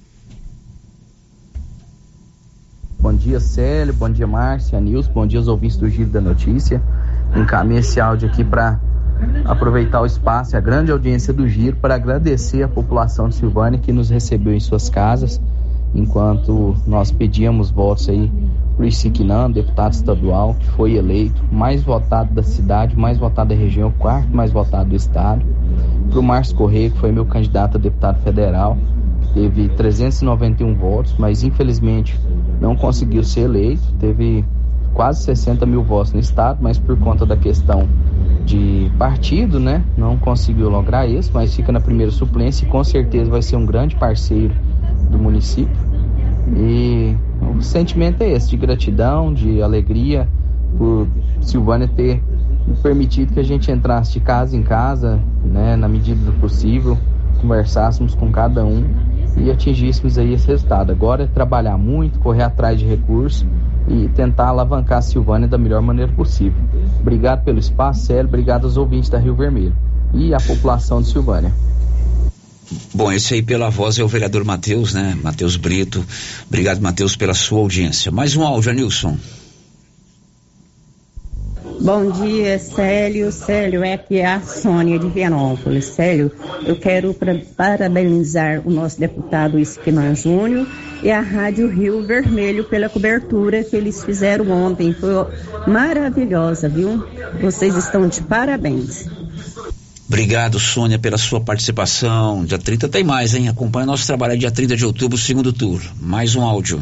Bom dia, Célio, bom dia, Márcia, Nilson, bom dia aos ouvintes do Giro da Notícia. Encaminho esse áudio aqui para aproveitar o espaço e a grande audiência do Giro para agradecer a população de Silvânia que nos recebeu em suas casas, enquanto nós pedíamos votos aí para o Isiquinã, deputado estadual, que foi eleito mais votado da cidade, mais votado da região, quarto mais votado do estado. Para o Márcio Correia, que foi meu candidato a deputado federal, teve 391 votos, mas infelizmente não conseguiu ser eleito, teve quase 60 mil votos no estado, mas por conta da questão de partido, né, não conseguiu lograr isso, mas fica na primeira suplência e com certeza vai ser um grande parceiro do município. E o sentimento é esse, de gratidão, de alegria por Silvânia ter permitido que a gente entrasse de casa em casa, né, na medida do possível, conversássemos com cada um e atingíssemos aí esse resultado. Agora é trabalhar muito, correr atrás de recursos e tentar alavancar a Silvânia da melhor maneira possível. Obrigado pelo espaço, Célio, obrigado aos ouvintes da Rio Vermelho e à população de Silvânia. Bom, esse aí pela voz é o vereador Matheus, né? Matheus Brito. Obrigado, Matheus, pela sua audiência. Mais um áudio, Nilson. Bom dia, Célio. Célio, aqui é a Sônia de Vianópolis. Célio, eu quero parabenizar o nosso deputado Isiquinã Júnior e a Rádio Rio Vermelho pela cobertura que eles fizeram ontem. Foi maravilhosa, viu? Vocês estão de parabéns. Obrigado, Sônia, pela sua participação. Dia 30 tem mais, hein? Acompanhe nosso trabalho dia 30 de outubro, segundo turno. Mais um áudio.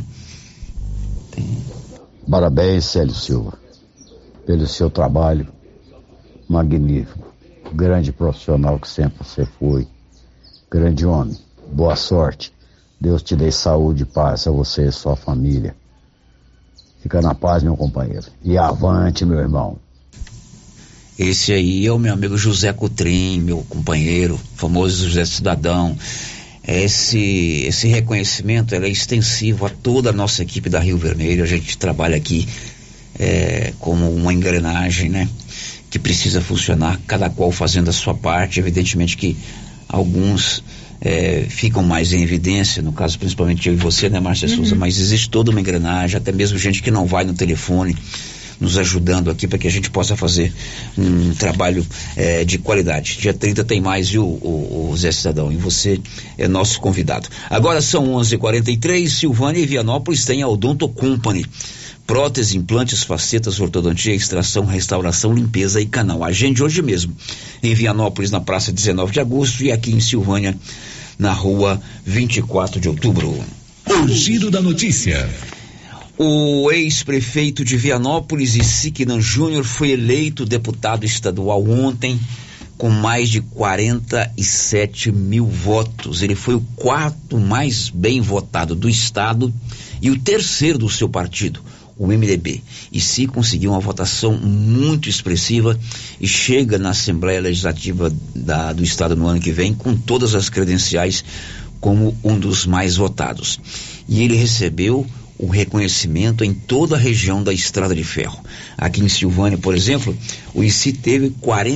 Parabéns, Célio Silva, pelo seu trabalho magnífico. Grande profissional que sempre você foi. Grande homem. Boa sorte. Deus te dê saúde e paz a você e a sua família. Fica na paz, meu companheiro. E avante, meu irmão. Esse aí é o meu amigo José Cotrim, meu companheiro, famoso José Cidadão. Esse reconhecimento é extensivo a toda a nossa equipe da Rio Vermelho. A gente trabalha aqui como uma engrenagem, né? Que precisa funcionar, cada qual fazendo a sua parte. Evidentemente que alguns ficam mais em evidência, no caso principalmente eu e você, né, Márcia Souza, mas existe toda uma engrenagem, até mesmo gente que não vai no telefone, nos ajudando aqui para que a gente possa fazer um trabalho de qualidade. Dia 30 tem mais, viu, o Zé Cidadão, e você é nosso convidado. Agora são 11h43, Silvânia e Vianópolis tem a Odonto Company. Prótese, implantes, facetas, ortodontia, extração, restauração, limpeza e canal. Agende hoje mesmo em Vianópolis, na praça 19 de agosto, e aqui em Silvânia, na rua 24 de outubro. O Giro da Notícia. O ex-prefeito de Vianópolis, Isiquinã Júnior, foi eleito deputado estadual ontem com mais de 47 mil votos. Ele foi o quarto mais bem votado do estado e o terceiro do seu partido, o MDB. E se conseguiu uma votação muito expressiva e chega na Assembleia Legislativa do estado no ano que vem com todas as credenciais como um dos mais votados. E ele recebeu o reconhecimento em toda a região da Estrada de Ferro. Aqui em Silvânia, por exemplo, o ICI teve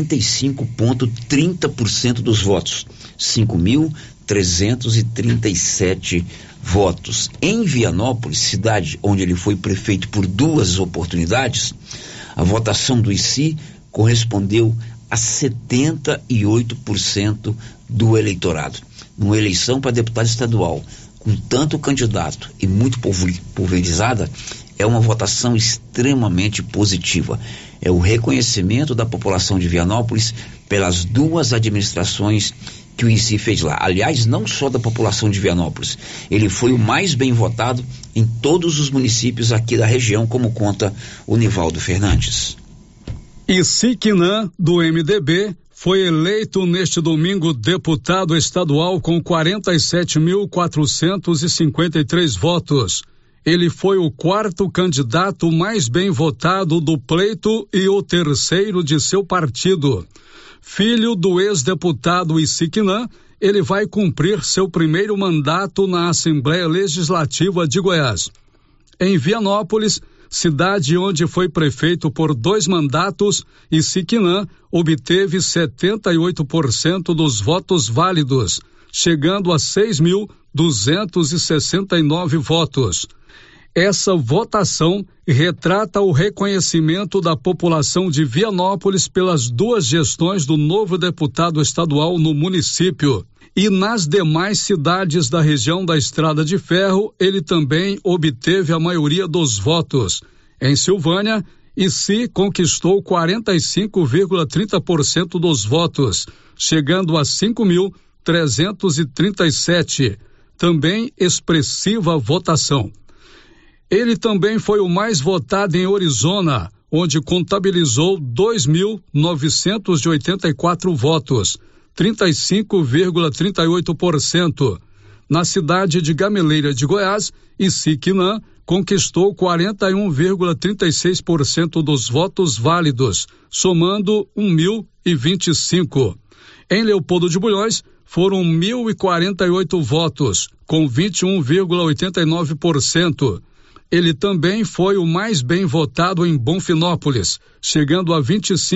45,30% dos votos, 5.337 votos. Em Vianópolis, cidade onde ele foi prefeito por 2 oportunidades, a votação do ICI correspondeu a 78% do eleitorado. Numa eleição para deputado estadual, com tanto candidato e muito pulverizada, é uma votação extremamente positiva. É o reconhecimento da população de Vianópolis pelas 2 administrações que o ICI fez lá. Aliás, não só da população de Vianópolis, ele foi o mais bem votado em todos os municípios aqui da região, como conta o Nivaldo Fernandes. Isiquinã, do MDB, foi eleito neste domingo deputado estadual com 47.453 votos. Ele foi o quarto candidato mais bem votado do pleito e o terceiro de seu partido. Filho do ex-deputado Isiquinã, ele vai cumprir seu primeiro mandato na Assembleia Legislativa de Goiás. Em Vianópolis, cidade onde foi prefeito por 2 mandatos, Isiquinã obteve 78% dos votos válidos, chegando a 6.269 votos. Essa votação retrata o reconhecimento da população de Vianópolis pelas 2 gestões do novo deputado estadual no município. E nas demais cidades da região da Estrada de Ferro, ele também obteve a maioria dos votos. Em Silvânia, ICI conquistou 45,30% dos votos, chegando a 5.337. Também expressiva votação. Ele também foi o mais votado em Orizona, onde contabilizou 2.984 votos, 35,38%. Na cidade de Gameleira de Goiás, Isiquinã conquistou 41,36% dos votos válidos, somando 1.025. Em Leopoldo de Bulhões, foram 1.048 votos, com 21,89%. Ele também foi o mais bem votado em Bonfinópolis, chegando a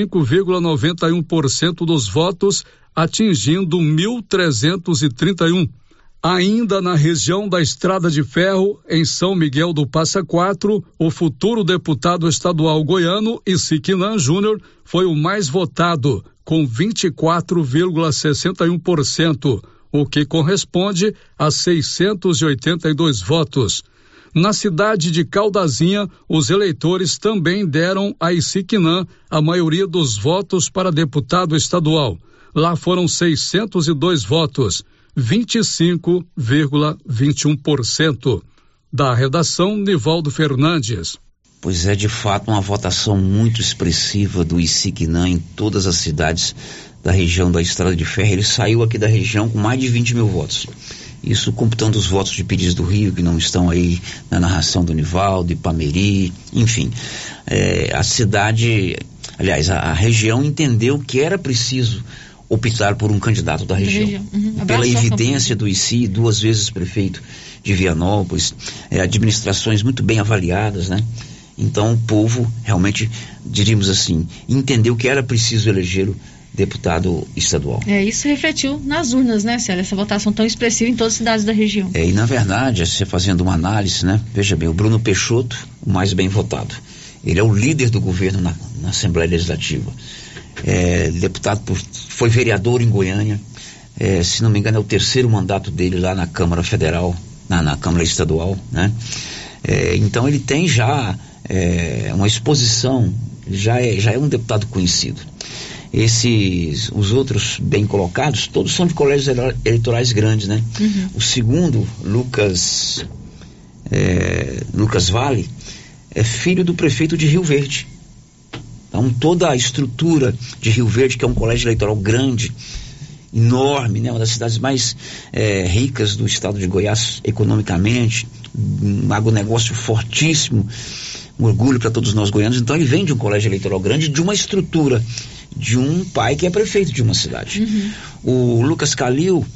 25,91% dos votos, atingindo 1.331. Ainda na região da Estrada de Ferro, em São Miguel do Passa Quatro, o futuro deputado estadual goiano, Isiquinã Júnior, foi o mais votado, com 24,61%, o que corresponde a 682 votos. Na cidade de Caldazinha, os eleitores também deram a Isiquinã a maioria dos votos para deputado estadual. Lá foram 602 votos, 25,21%. Da redação, Nivaldo Fernandes. Pois é, de fato, uma votação muito expressiva do Isiquinã em todas as cidades da região da Estrada de Ferro. Ele saiu aqui da região com mais de 20 mil votos. Isso computando os votos de Pires do Rio, que não estão aí na narração do Nivaldo, Ipameri, enfim. A cidade, aliás, a região entendeu que era preciso optar por um candidato da região. Pela evidência do ICI, 2 vezes prefeito de Vianópolis, administrações muito bem avaliadas, né? Então o povo realmente, diríamos assim, entendeu que era preciso eleger o deputado estadual. Isso refletiu nas urnas, né, Célia? Essa votação tão expressiva em todas as cidades da região. E na verdade, você fazendo uma análise, né? Veja bem, o Bruno Peixoto, o mais bem votado. Ele é o líder do governo na Assembleia Legislativa. Foi vereador em Goiânia. Se não me engano, é o 3º mandato dele lá na Câmara Federal, na Câmara Estadual, né? Então ele tem já uma exposição, já é um deputado conhecido. Os outros bem colocados, todos são de colégios eleitorais grandes, né? O segundo, Lucas Vale, é filho do prefeito de Rio Verde, Então, toda a estrutura de Rio Verde, que é um colégio eleitoral grande, enorme, né? Uma das cidades mais ricas do estado de Goiás economicamente, um agronegócio fortíssimo, um orgulho para todos nós goianos. Então ele vem de um colégio eleitoral grande, de uma estrutura de um pai que é prefeito de uma cidade. O Lucas Calil,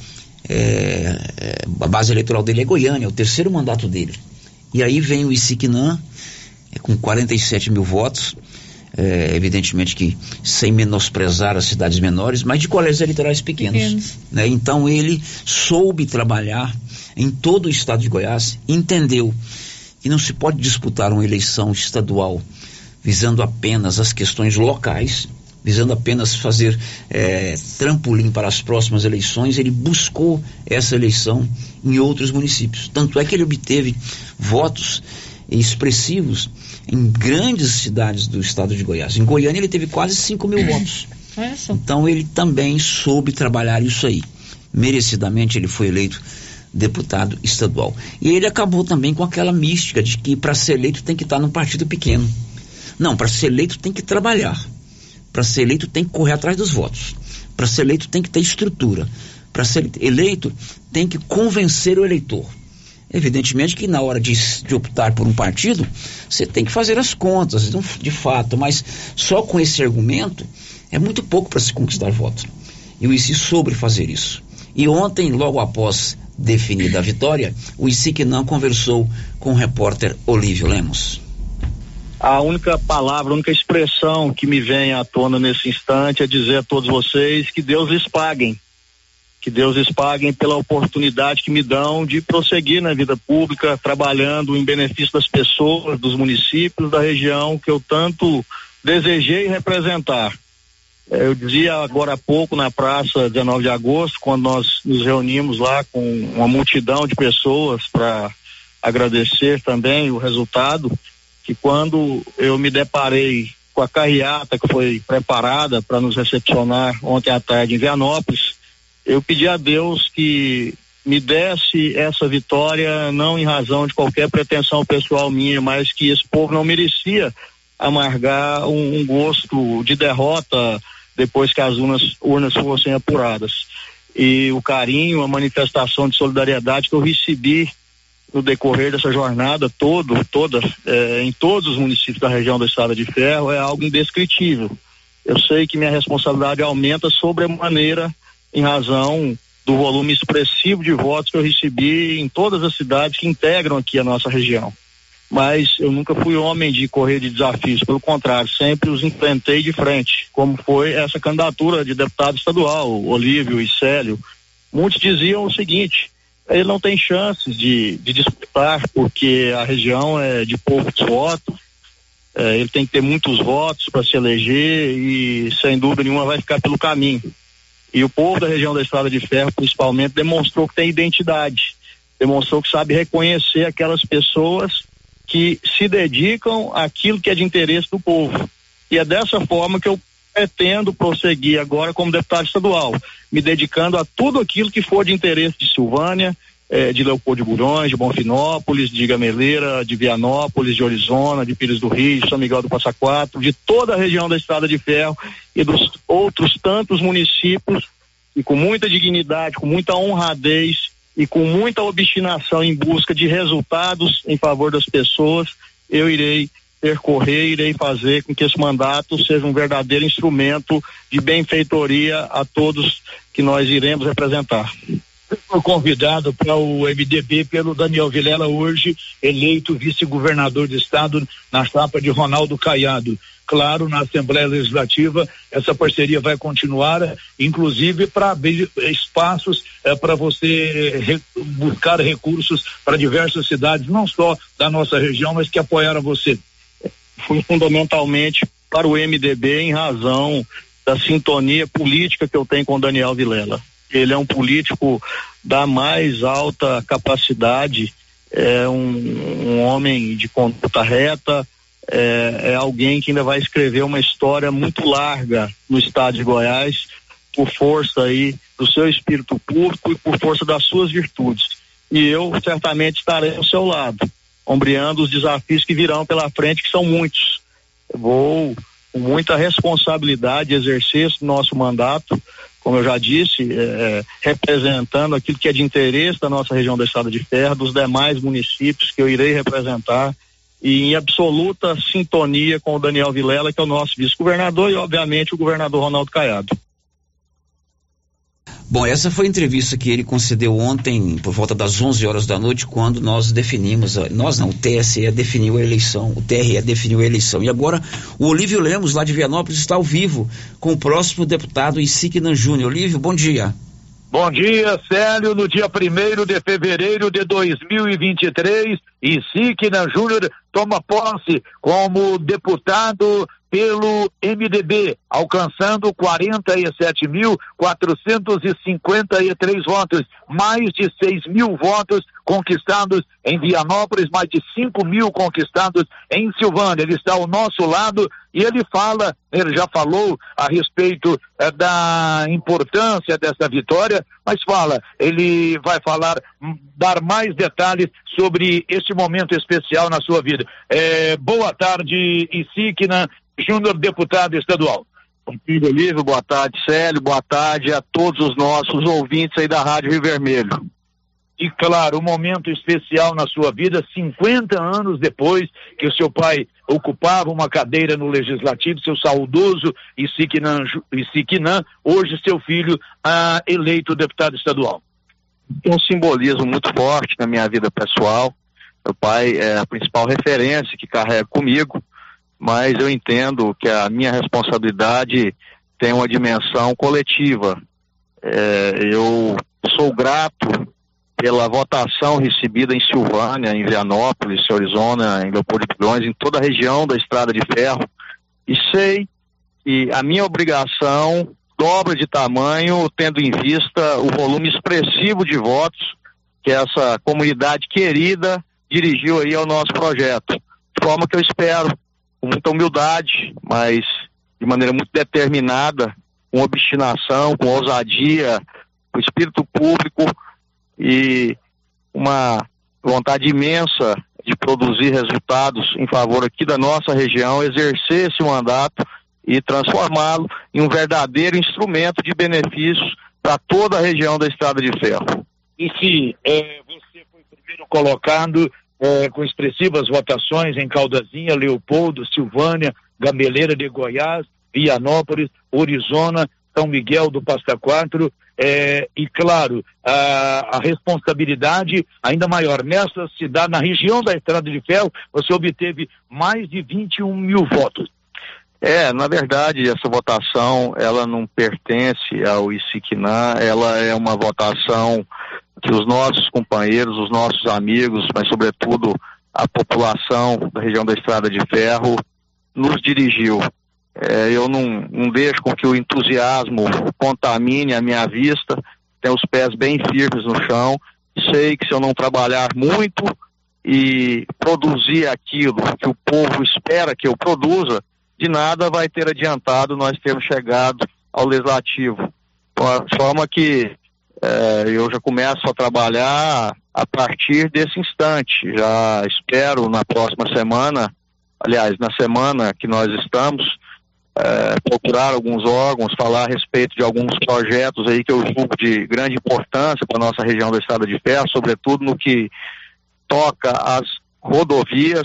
a base eleitoral dele é Goiânia, é o terceiro mandato dele. E aí vem o Isiquinã, com 47 mil votos, evidentemente que sem menosprezar as cidades menores, mas de colégios eleitorais pequenos. Né? Então ele soube trabalhar em todo o estado de Goiás, entendeu que não se pode disputar uma eleição estadual visando apenas as questões locais, visando apenas fazer trampolim para as próximas eleições. Ele buscou essa eleição em outros municípios. Tanto é que ele obteve votos expressivos em grandes cidades do estado de Goiás. Em Goiânia ele teve quase 5 mil votos. Então ele também soube trabalhar isso aí. Merecidamente ele foi eleito deputado estadual. E ele acabou também com aquela mística de que para ser eleito tem que estar num partido pequeno. Não, para ser eleito tem que trabalhar. Para ser eleito tem que correr atrás dos votos. Para ser eleito tem que ter estrutura. Para ser eleito tem que convencer o eleitor. Evidentemente que na hora de optar por um partido, você tem que fazer as contas, de fato, mas só com esse argumento é muito pouco para se conquistar voto. E o ICI soube fazer isso. E ontem, logo após definida a vitória, o Isiquinã conversou com o repórter Olívio Lemos. A única palavra, a única expressão que me vem à tona nesse instante é dizer a todos vocês que Deus lhes paguem. Que Deus lhes paguem pela oportunidade que me dão de prosseguir na vida pública, trabalhando em benefício das pessoas, dos municípios, da região que eu tanto desejei representar. Eu dizia agora há pouco na praça 19 de agosto, quando nós nos reunimos lá com uma multidão de pessoas para agradecer também o resultado, que quando eu me deparei com a carreata que foi preparada para nos recepcionar ontem à tarde em Vianópolis, eu pedi a Deus que me desse essa vitória, não em razão de qualquer pretensão pessoal minha, mas que esse povo não merecia amargar um gosto de derrota depois que as urnas fossem apuradas. E o carinho, a manifestação de solidariedade que eu recebi no decorrer dessa jornada em todos os municípios da região da Estrada de Ferro é algo indescritível. Eu sei que minha responsabilidade aumenta sobremaneira em razão do volume expressivo de votos que eu recebi em todas as cidades que integram aqui a nossa região. Mas eu nunca fui homem de correr de desafios, pelo contrário, sempre os enfrentei de frente, como foi essa candidatura de deputado estadual, Olívio e Célio. Muitos diziam o seguinte: ele não tem chances de disputar porque a região é de poucos votos, ele tem que ter muitos votos para se eleger e sem dúvida nenhuma vai ficar pelo caminho. E o povo da região da Estrada de Ferro, principalmente, demonstrou que tem identidade, demonstrou que sabe reconhecer aquelas pessoas que se dedicam àquilo que é de interesse do povo. E é dessa forma que eu pretendo prosseguir agora como deputado estadual, me dedicando a tudo aquilo que for de interesse de Silvânia, de Leopoldo de Bulhões, de Bonfinópolis, de Gameleira, de Vianópolis, de Orizona, de Pires do Rio, de São Miguel do Passa Quatro, de toda a região da Estrada de Ferro e dos outros tantos municípios, e com muita dignidade, com muita honradez e com muita obstinação em busca de resultados em favor das pessoas, eu irei percorrer, irei fazer com que esse mandato seja um verdadeiro instrumento de benfeitoria a todos que nós iremos representar. Foi convidado para o MDB pelo Daniel Vilela, hoje eleito vice-governador do estado na chapa de Ronaldo Caiado. Claro, na Assembleia Legislativa essa parceria vai continuar, inclusive para abrir espaços para você buscar recursos para diversas cidades, não só da nossa região, mas que apoiaram você. Fui fundamentalmente para o MDB em razão da sintonia política que eu tenho com o Daniel Vilela. Ele é um político da mais alta capacidade, é um homem de conduta reta, é alguém que ainda vai escrever uma história muito larga no estado de Goiás, por força aí do seu espírito público e por força das suas virtudes. E eu certamente estarei ao seu lado, ombreando os desafios que virão pela frente, que são muitos. Eu vou com muita responsabilidade, exercer esse nosso mandato, como eu já disse, representando aquilo que é de interesse da nossa região do Estado de Ferro, dos demais municípios que eu irei representar, e em absoluta sintonia com o Daniel Vilela, que é o nosso vice-governador, e obviamente o governador Ronaldo Caiado. Bom, essa foi a entrevista que ele concedeu ontem, por volta das 11 horas da noite, quando nós definimos, o TSE definiu a eleição, o TRE definiu a eleição. E agora o Olívio Lemos, lá de Vianópolis, está ao vivo com o próximo deputado Isignan Júnior. Olívio, bom dia. Bom dia, Célio. No dia 1º de fevereiro de 2023, Isignan Júnior toma posse como deputado pelo MDB, alcançando 47.453 votos, mais de 6.000 votos conquistados em Vianópolis, mais de 5.000 conquistados em Silvânia. Ele está ao nosso lado e ele já falou a respeito da importância dessa vitória, mas ele vai dar mais detalhes sobre este momento especial na sua vida. Boa tarde, Isignan Júnior, deputado estadual. Olívio, boa tarde, Célio, boa tarde a todos os nossos ouvintes aí da Rádio Rio Vermelho. E claro, um momento especial na sua vida, 50 anos depois que o seu pai ocupava uma cadeira no Legislativo, seu saudoso Isignan, hoje seu filho eleito deputado estadual. Tem um simbolismo muito forte na minha vida pessoal. Meu pai é a principal referência que carrego comigo, mas eu entendo que a minha responsabilidade tem uma dimensão coletiva. Eu sou grato pela votação recebida em Silvânia, em Vianópolis, em Orizona, em Leopoldo de Bulhões, em toda a região da Estrada de Ferro, e sei que a minha obrigação dobra de tamanho, tendo em vista o volume expressivo de votos que essa comunidade querida dirigiu aí ao nosso projeto. De forma que eu espero, com muita humildade, mas de maneira muito determinada, com obstinação, com ousadia, com espírito público e uma vontade imensa de produzir resultados em favor aqui da nossa região, exercer esse mandato e transformá-lo em um verdadeiro instrumento de benefícios para toda a região da Estrada de Ferro. E se você foi primeiro colocado com expressivas votações em Caldazinha, Leopoldo, Silvânia, Gameleira de Goiás, Vianópolis, Orizona, São Miguel do Pasta Quatro, e claro, a responsabilidade ainda maior nessa cidade, na região da Estrada de Ferro, você obteve mais de 21.000 votos. Na verdade, essa votação, ela não pertence ao Isignan, ela é uma votação que os nossos companheiros, os nossos amigos, mas sobretudo a população da região da Estrada de Ferro nos dirigiu. Eu não deixo com que o entusiasmo contamine a minha vista, tenho os pés bem firmes no chão, sei que se eu não trabalhar muito e produzir aquilo que o povo espera que eu produza, de nada vai ter adiantado nós termos chegado ao Legislativo. De forma que eu já começo a trabalhar a partir desse instante. Já espero na próxima semana, aliás, na semana que nós estamos, procurar alguns órgãos, falar a respeito de alguns projetos aí que eu julgo de grande importância para a nossa região da Estrada de Ferro, sobretudo no que toca às rodovias,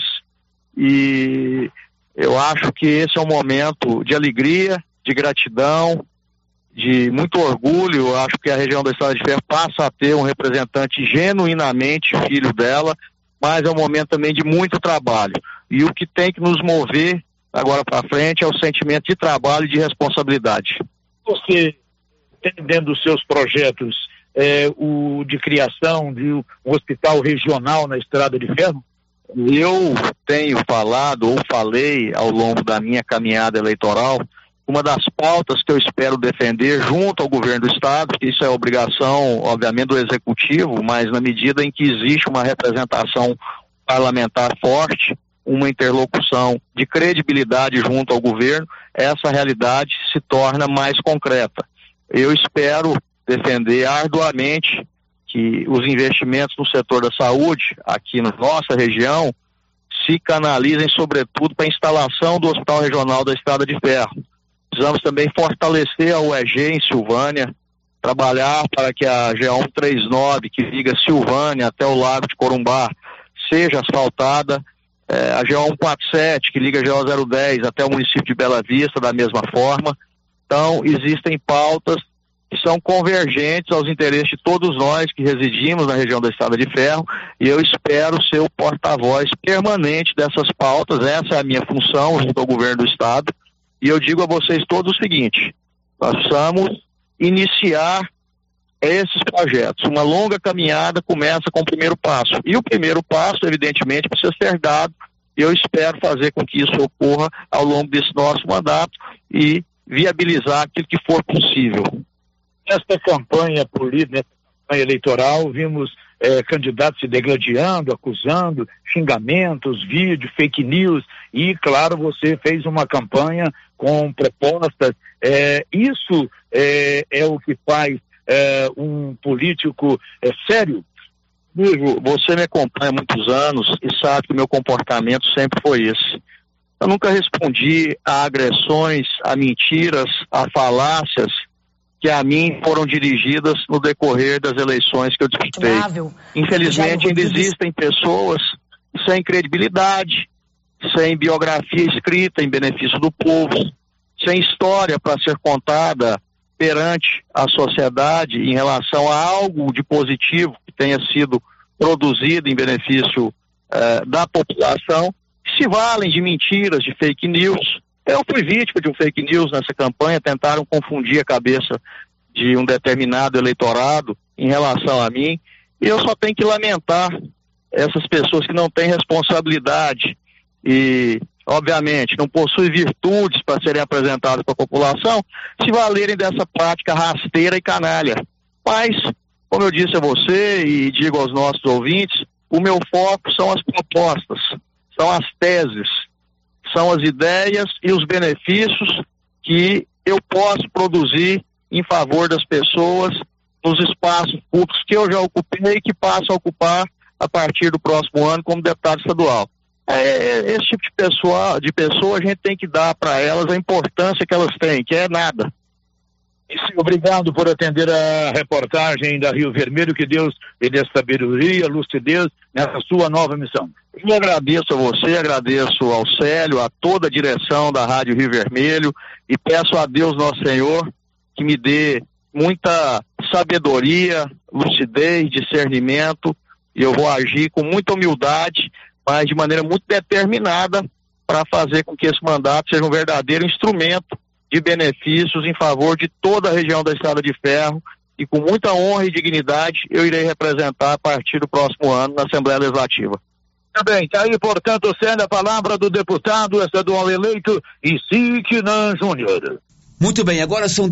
e eu acho que esse é um momento de alegria, de gratidão, de muito orgulho. Eu acho que a região da Estrada de Ferro passa a ter um representante genuinamente filho dela, mas é um momento também de muito trabalho. E o que tem que nos mover agora para frente é o sentimento de trabalho e de responsabilidade. Você tem dentro dos seus projetos o de criação de um hospital regional na Estrada de Ferro? Eu tenho falado ou falei ao longo da minha caminhada eleitoral, uma das pautas que eu espero defender junto ao governo do estado, que isso é obrigação, obviamente, do executivo, mas na medida em que existe uma representação parlamentar forte, uma interlocução de credibilidade junto ao governo, essa realidade se torna mais concreta. Eu espero defender arduamente que os investimentos no setor da saúde, aqui na nossa região, se canalizem, sobretudo, para a instalação do Hospital Regional da Estrada de Ferro. Precisamos também fortalecer a UEG em Silvânia, trabalhar para que a GA139, que liga Silvânia até o Lago de Corumbá, seja asfaltada, a GA147, que liga a GA010 até o município de Bela Vista, da mesma forma. Então, existem pautas que são convergentes aos interesses de todos nós que residimos na região da Estrada de Ferro, e eu espero ser o porta-voz permanente dessas pautas. Essa é a minha função junto ao governo do estado, e eu digo a vocês todos o seguinte: nós precisamos iniciar esses projetos. Uma longa caminhada começa com o primeiro passo, e o primeiro passo, evidentemente, precisa ser dado, e eu espero fazer com que isso ocorra ao longo desse nosso mandato e viabilizar aquilo que for possível. Nesta campanha política, nesta campanha eleitoral, vimos candidatos se degladiando, acusando, xingamentos, vídeos, fake news, e, claro, você fez uma campanha com propostas. Isso é o que faz um político sério? Amigo, você me acompanha há muitos anos e sabe que o meu comportamento sempre foi esse. Eu nunca respondi a agressões, a mentiras, a falácias que a mim foram dirigidas no decorrer das eleições que eu disputei. Infelizmente, ainda existem pessoas sem credibilidade, sem biografia escrita em benefício do povo, sem história para ser contada perante a sociedade em relação a algo de positivo que tenha sido produzido em benefício da população, que se valem de mentiras, de fake news. Eu fui vítima de um fake news nessa campanha, tentaram confundir a cabeça de um determinado eleitorado em relação a mim, e eu só tenho que lamentar essas pessoas que não têm responsabilidade e, obviamente, não possuem virtudes para serem apresentadas para a população, se valerem dessa prática rasteira e canalha. Mas, como eu disse a você e digo aos nossos ouvintes, o meu foco são as propostas, são as teses, são as ideias e os benefícios que eu posso produzir em favor das pessoas nos espaços públicos que eu já ocupei e que passo a ocupar a partir do próximo ano como deputado estadual. Esse tipo de pessoa a gente tem que dar para elas a importância que elas têm, que é nada. Obrigado por atender a reportagem da Rio Vermelho, que Deus lhe dê sabedoria, lucidez nessa sua nova missão. Eu agradeço a você, agradeço ao Célio, a toda a direção da Rádio Rio Vermelho, e peço a Deus Nosso Senhor que me dê muita sabedoria, lucidez, discernimento, e eu vou agir com muita humildade, mas de maneira muito determinada para fazer com que esse mandato seja um verdadeiro instrumento de benefícios em favor de toda a região da Estrada de Ferro, e com muita honra e dignidade eu irei representar a partir do próximo ano na Assembleia Legislativa. Também está aí, portanto, sendo a palavra do deputado estadual eleito Isiquinan Júnior. Muito bem, agora são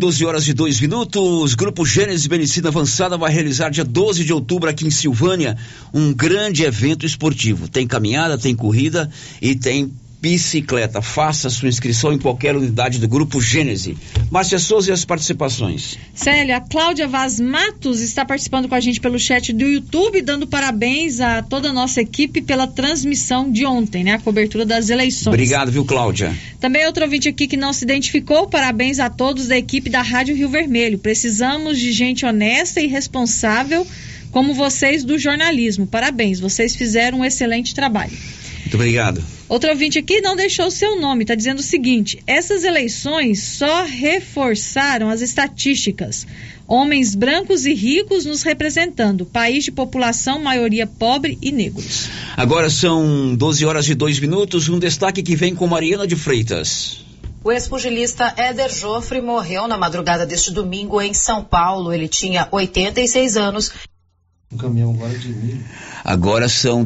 12h02. Grupo Gênesis Medicina Avançada vai realizar dia 12 de outubro aqui em Silvânia um grande evento esportivo. Tem caminhada, tem corrida e tem bicicleta. Faça sua inscrição em qualquer unidade do Grupo Gênese. Márcia Souza e as participações. Célia, a Cláudia Vaz Matos está participando com a gente pelo chat do YouTube, dando parabéns a toda a nossa equipe pela transmissão de ontem, né? A cobertura das eleições. Obrigado, viu, Cláudia? Também outro ouvinte aqui que não se identificou, parabéns a todos da equipe da Rádio Rio Vermelho. Precisamos de gente honesta e responsável como vocês do jornalismo. Parabéns, vocês fizeram um excelente trabalho. Muito obrigado. Outro ouvinte aqui não deixou o seu nome, está dizendo o seguinte: essas eleições só reforçaram as estatísticas. Homens brancos e ricos nos representando, país de população, maioria pobre e negros. Agora são 12h02, um destaque que vem com Mariana de Freitas. O ex-pugilista Éder Joffre morreu na madrugada deste domingo em São Paulo. Ele tinha 86 anos. Um caminhão agora de milho. Agora são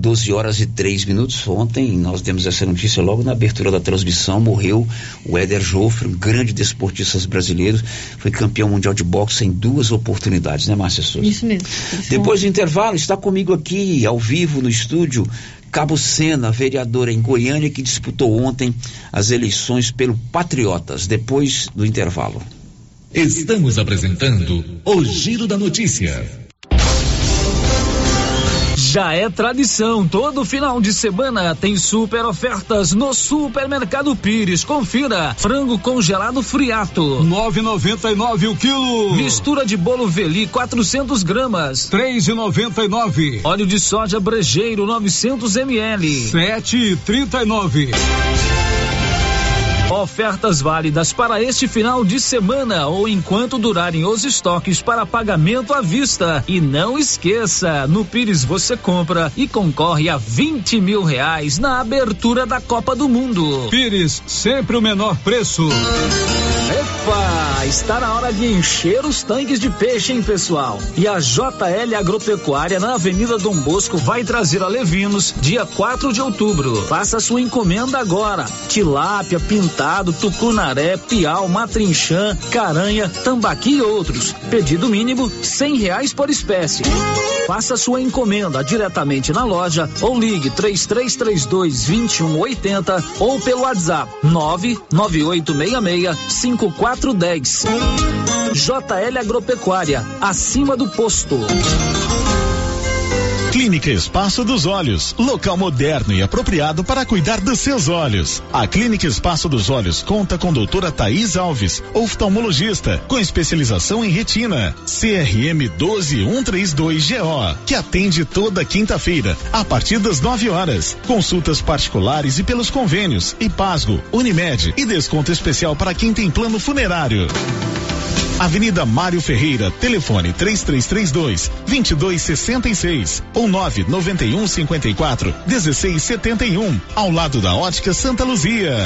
12h03. Ontem nós demos essa notícia logo na abertura da transmissão. Morreu o Éder Joffre, um grande desportista brasileiro. Foi campeão mundial de boxe em 2 oportunidades, né, Márcia Souza? Isso mesmo. Depois do intervalo, está comigo aqui, ao vivo, no estúdio, Cabo Sena, vereadora em Goiânia, que disputou ontem as eleições pelo Patriotas. Depois do intervalo. Estamos apresentando o Giro da Notícia. Já é tradição, todo final de semana tem super ofertas no Supermercado Pires. Confira: frango congelado Friato, 9,99 o quilo. Mistura de bolo Veli 400 gramas, 3,99. Óleo de soja Brejeiro 900 ml, 7,39. Ofertas válidas para este final de semana ou enquanto durarem os estoques para pagamento à vista. E não esqueça, no Pires você compra e concorre a R$20 mil na abertura da Copa do Mundo. Pires, sempre o menor preço. Epa, está na hora de encher os tanques de peixe, hein, pessoal? E a JL Agropecuária na Avenida Dom Bosco vai trazer a Levinos dia 4 de outubro. Faça sua encomenda agora. Tilápia, pintado, tucunaré, piau, matrinchã, caranha, tambaqui e outros. Pedido mínimo R$100 por espécie. Faça sua encomenda diretamente na loja ou ligue 3332-2180 ou pelo WhatsApp 99866-5410. JL Agropecuária, acima do posto. Clínica Espaço dos Olhos, local moderno e apropriado para cuidar dos seus olhos. A Clínica Espaço dos Olhos conta com doutora Thaís Alves, oftalmologista, com especialização em retina, CRM 12132GO, que atende toda quinta-feira, a partir das 9 horas. Consultas particulares e pelos convênios, Ipasgo, Unimed e desconto especial para quem tem plano funerário. Avenida Mário Ferreira, telefone 3332-2266 ou 99154-1671, ao lado da Ótica Santa Luzia.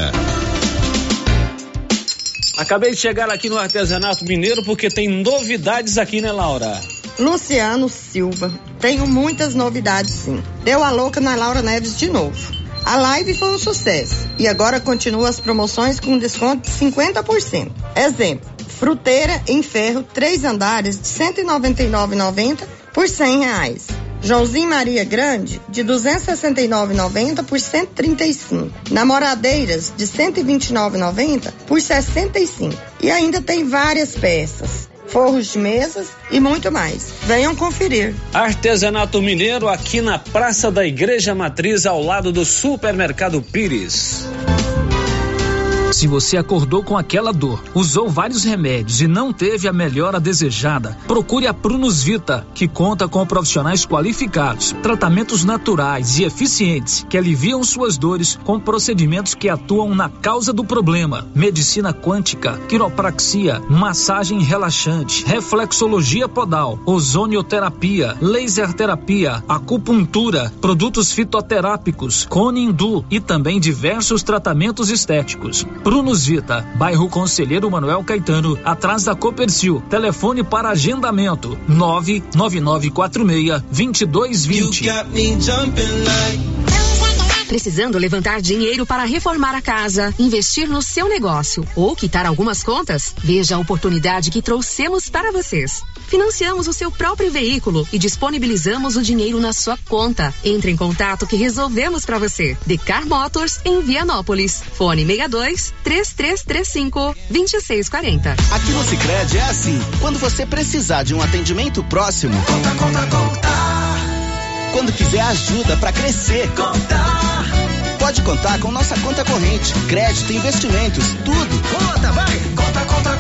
Acabei de chegar aqui no Artesanato Mineiro porque tem novidades aqui, né, Laura? Luciano Silva, tenho muitas novidades sim. Deu a louca na Laura Neves de novo. A live foi um sucesso e agora continua as promoções com desconto de 50%. Exemplo: fruteira em ferro 3 andares de R$199,90 por R$100. Joãozinho Maria Grande de R$269,90 por R$135. Namoradeiras de R$129,90 por R$65. E ainda tem várias peças, forros de mesas e muito mais. Venham conferir. Artesanato Mineiro aqui na Praça da Igreja Matriz, ao lado do Supermercado Pires. Se você acordou com aquela dor, usou vários remédios e não teve a melhora desejada, procure a Prunus Vita, que conta com profissionais qualificados, tratamentos naturais e eficientes que aliviam suas dores com procedimentos que atuam na causa do problema: medicina quântica, quiropraxia, massagem relaxante, reflexologia podal, ozonioterapia, laser terapia, acupuntura, produtos fitoterápicos, cone hindu e também diversos tratamentos estéticos. Prunus Vita, bairro Conselheiro Manuel Caetano, atrás da Copercil. Telefone para agendamento: 99946-2220. Precisando levantar dinheiro para reformar a casa, investir no seu negócio ou quitar algumas contas? Veja a oportunidade que trouxemos para vocês. Financiamos o seu próprio veículo e disponibilizamos o dinheiro na sua conta. Entre em contato que resolvemos para você. Decar Motors em Vianópolis. Fone 62-3335-2640. Aqui no Sicredi é assim. Quando você precisar de um atendimento próximo, conta. Quando quiser ajuda para crescer, pode contar com nossa conta corrente, crédito, investimentos, tudo. Conta, vai! Conta.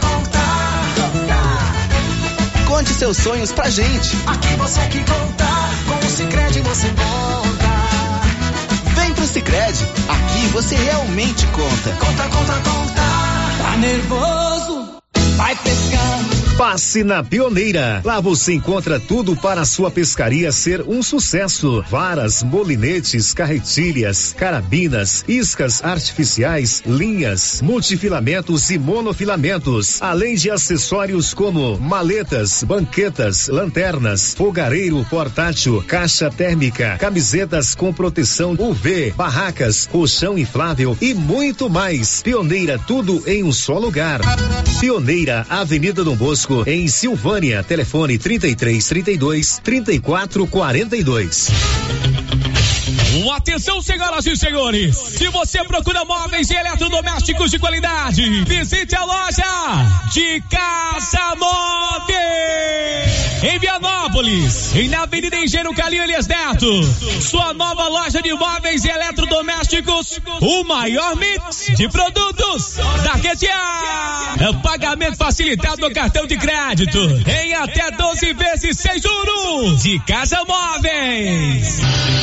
Conte seus sonhos pra gente. Aqui você que conta, com o Sicredi você conta. Vem pro Sicredi, aqui você realmente conta. Conta. Tá nervoso? Vai pescar. Passe na Pioneira. Lá você encontra tudo para a sua pescaria ser um sucesso. Varas, molinetes, carretilhas, carabinas, iscas artificiais, linhas, multifilamentos e monofilamentos. Além de acessórios como maletas, banquetas, lanternas, fogareiro portátil, caixa térmica, camisetas com proteção UV, barracas, colchão inflável e muito mais. Pioneira, tudo em um só lugar. Pioneira, Avenida Dom Bosco, em Silvânia. Telefone 3332-3442. Atenção, senhoras e senhores, se você procura móveis e eletrodomésticos de qualidade, visite a loja de Casa Móveis em Vianópolis, na Avenida Engenheiro Calil Elias Neto. Sua nova loja de móveis e eletrodomésticos, o maior mix de produtos da região. Pagamento facilitado no cartão de crédito em até 12 vezes sem juros. De Casa Móveis.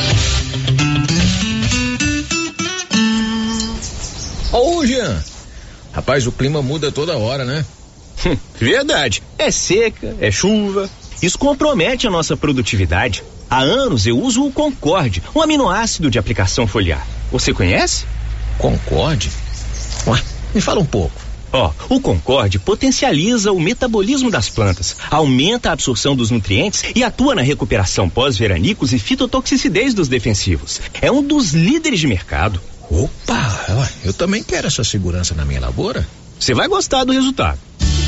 Ô, Jean, rapaz, o clima muda toda hora, né? Verdade. É seca, é chuva. Isso compromete a nossa produtividade. Há anos eu uso o Concorde, um aminoácido de aplicação foliar. Você conhece? Concorde? Ué, me fala um pouco. O Concorde potencializa o metabolismo das plantas, aumenta a absorção dos nutrientes e atua na recuperação pós-veranicos e fitotoxicidez dos defensivos. É um dos líderes de mercado. Opa, eu também quero essa segurança na minha lavoura. Você vai gostar do resultado.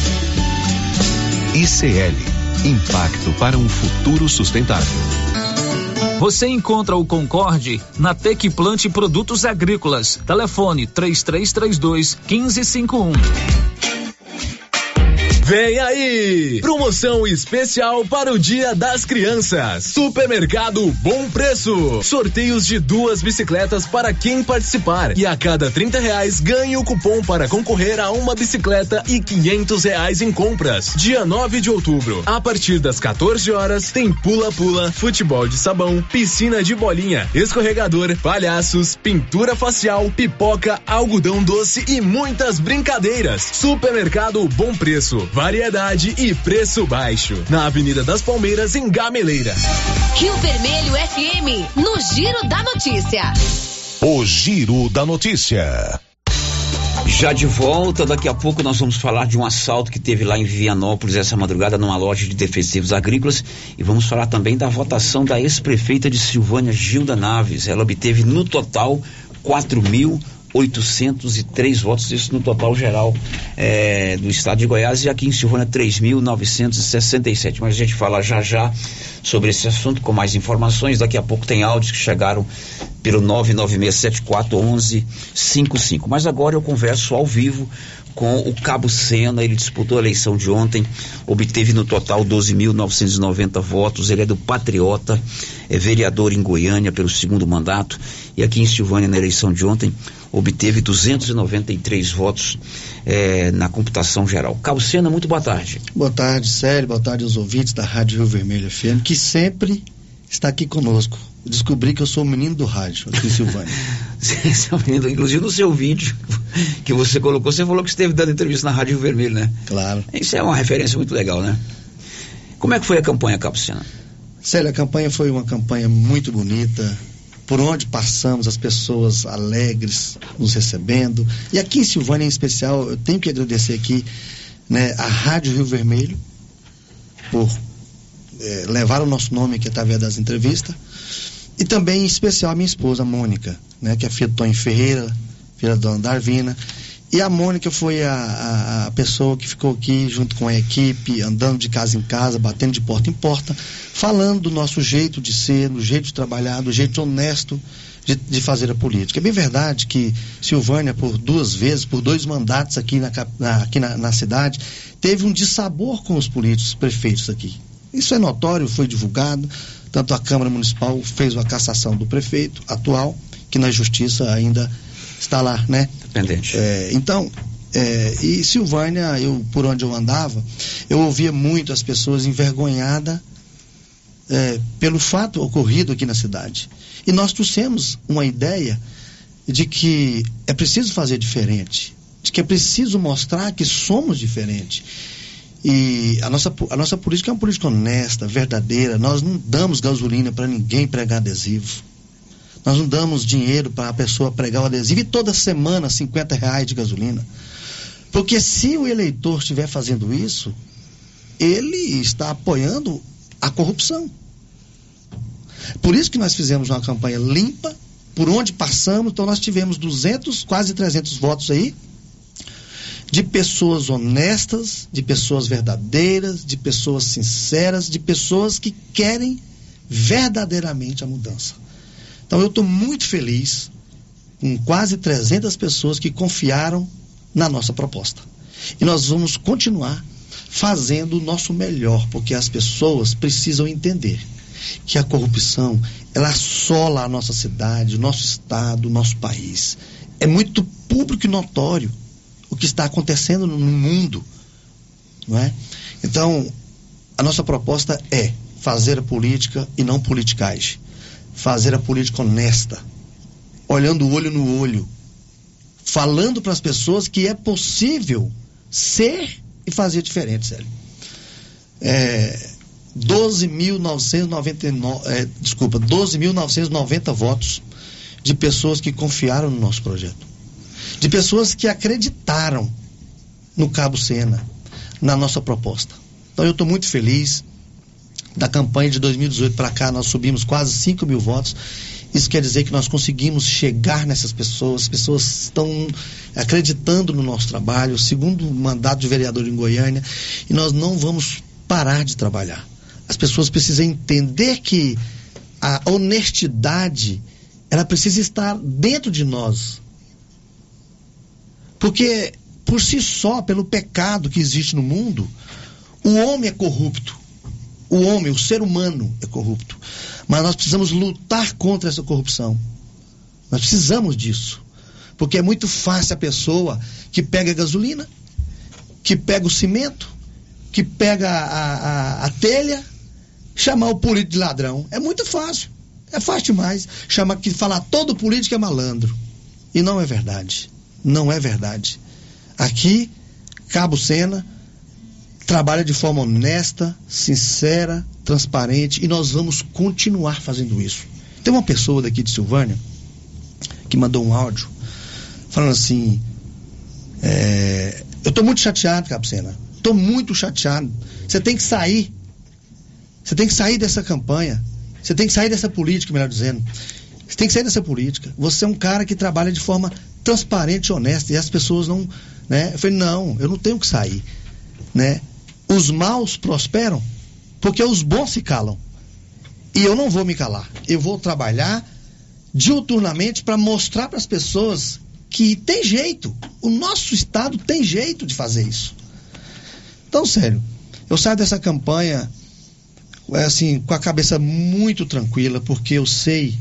ICL, Impacto para um futuro sustentável. Você encontra o Concorde na Tec Plante Produtos Agrícolas. Telefone 3332-1551. Vem aí! Promoção especial para o Dia das Crianças. Supermercado Bom Preço. Sorteios de 2 bicicletas para quem participar. E a cada R$30 ganhe o cupom para concorrer a uma bicicleta e R$500 em compras. Dia 9 de outubro, a partir das 14 horas, tem pula-pula, futebol de sabão, piscina de bolinha, escorregador, palhaços, pintura facial, pipoca, algodão doce e muitas brincadeiras. Supermercado Bom Preço. Variedade e preço baixo. Na Avenida das Palmeiras, em Gameleira. Rio Vermelho FM, no Giro da Notícia. O Giro da Notícia. Já de volta, daqui a pouco nós vamos falar de um assalto que teve lá em Vianópolis essa madrugada numa loja de defensivos agrícolas e vamos falar também da votação da ex-prefeita de Silvânia, Gilda Naves. Ela obteve no total 4.803 votos, isso no total geral do estado de Goiás, e aqui em Silvânia 3.967. Mas a gente fala já sobre esse assunto com mais informações. Daqui a pouco tem áudios que chegaram pelo 996741155. Mas agora eu converso ao vivo com o Cabo Sena. Ele disputou a eleição de ontem, obteve no total 12.990 votos. Ele é do Patriota, é vereador em Goiânia pelo segundo mandato, e aqui em Silvânia na eleição de ontem obteve 293 votos na computação geral. Cabo Sena, muito boa tarde. Boa tarde, Célio, boa tarde aos ouvintes da Rádio Rio Vermelho FM, que sempre está aqui conosco. Eu descobri que eu sou o menino do rádio aqui em Silvânia. Você é o menino, inclusive no seu vídeo que você colocou, você falou que esteve dando entrevista na Rádio Rio Vermelho, né? Claro. Isso é uma referência muito legal, né? Como é que foi a campanha, Cabo Sena? Célio, a campanha foi uma campanha muito bonita. Por onde passamos, as pessoas alegres nos recebendo. E aqui em Silvânia, em especial, eu tenho que agradecer aqui, né, a Rádio Rio Vermelho por levar o nosso nome aqui através das entrevistas. E também, em especial, a minha esposa, a Mônica, né, que é filha do Tony Ferreira, filha da Dona Darvina. E a Mônica foi a pessoa que ficou aqui junto com a equipe, andando de casa em casa, batendo de porta em porta, falando do nosso jeito de ser, do jeito de trabalhar, do jeito honesto de fazer a política. É bem verdade que Silvânia, por 2 vezes, por 2 mandatos aqui na cidade, teve um dissabor com os políticos, prefeitos aqui. Isso é notório, foi divulgado, tanto a Câmara Municipal fez uma cassação do prefeito atual, que na Justiça ainda está lá, né? Pendente. E Silvânia, por onde eu andava, eu ouvia muito as pessoas envergonhadas pelo fato ocorrido aqui na cidade. E nós trouxemos uma ideia de que é preciso fazer diferente, de que é preciso mostrar que somos diferentes. E a nossa política é uma política honesta, verdadeira. Nós não damos gasolina para ninguém pregar adesivo. Nós não damos dinheiro para a pessoa pregar o adesivo e toda semana R$50 de gasolina. Porque se o eleitor estiver fazendo isso, ele está apoiando a corrupção. Por isso que nós fizemos uma campanha limpa, por onde passamos. Então nós tivemos 200, quase 300 votos aí, de pessoas honestas, de pessoas verdadeiras, de pessoas sinceras, de pessoas que querem verdadeiramente a mudança. Então eu estou muito feliz com quase 300 pessoas que confiaram na nossa proposta. E nós vamos continuar fazendo o nosso melhor, porque as pessoas precisam entender que a corrupção, ela assola a nossa cidade, o nosso estado, o nosso país. É muito público e notório o que está acontecendo no mundo, não é? Então, a nossa proposta é fazer a política e não politicagem. Fazer a política honesta, olhando o olho no olho, falando para as pessoas que é possível ser e fazer diferente, Célio. 12.990 votos de pessoas que confiaram no nosso projeto, de pessoas que acreditaram no Cabo Sena, na nossa proposta. Então eu estou muito feliz. Da campanha de 2018 para cá, nós subimos quase 5 mil votos. Isso quer dizer que nós conseguimos chegar nessas pessoas. As pessoas estão acreditando no nosso trabalho. Segundo mandato de vereador em Goiânia, e nós não vamos parar de trabalhar. As pessoas precisam entender que a honestidade, ela precisa estar dentro de nós. Porque, por si só, pelo pecado que existe no mundo, o homem é corrupto. O homem, o ser humano é corrupto. Mas nós precisamos lutar contra essa corrupção. Nós precisamos disso. Porque é muito fácil a pessoa que pega a gasolina, que pega o cimento, que pega a telha, chamar o político de ladrão. É muito fácil. É fácil demais. Falar todo político é malandro. E não é verdade. Não é verdade. Aqui, Cabo Sena trabalha de forma honesta, sincera, transparente, e nós vamos continuar fazendo isso. Tem uma pessoa daqui de Silvânia que mandou um áudio falando assim: eu estou muito chateado, Cabo Sena, estou muito chateado, você tem que sair dessa campanha, você tem que sair dessa política, melhor dizendo, você tem que sair dessa política, você é um cara que trabalha de forma transparente e honesta, e as pessoas não, né? Eu falei, não, eu não tenho que sair, né? Os maus prosperam porque os bons se calam. E eu não vou me calar. Eu vou trabalhar diuturnamente para mostrar para as pessoas que tem jeito. O nosso estado tem jeito de fazer isso. Então, sério, eu saio dessa campanha assim, com a cabeça muito tranquila, porque eu sei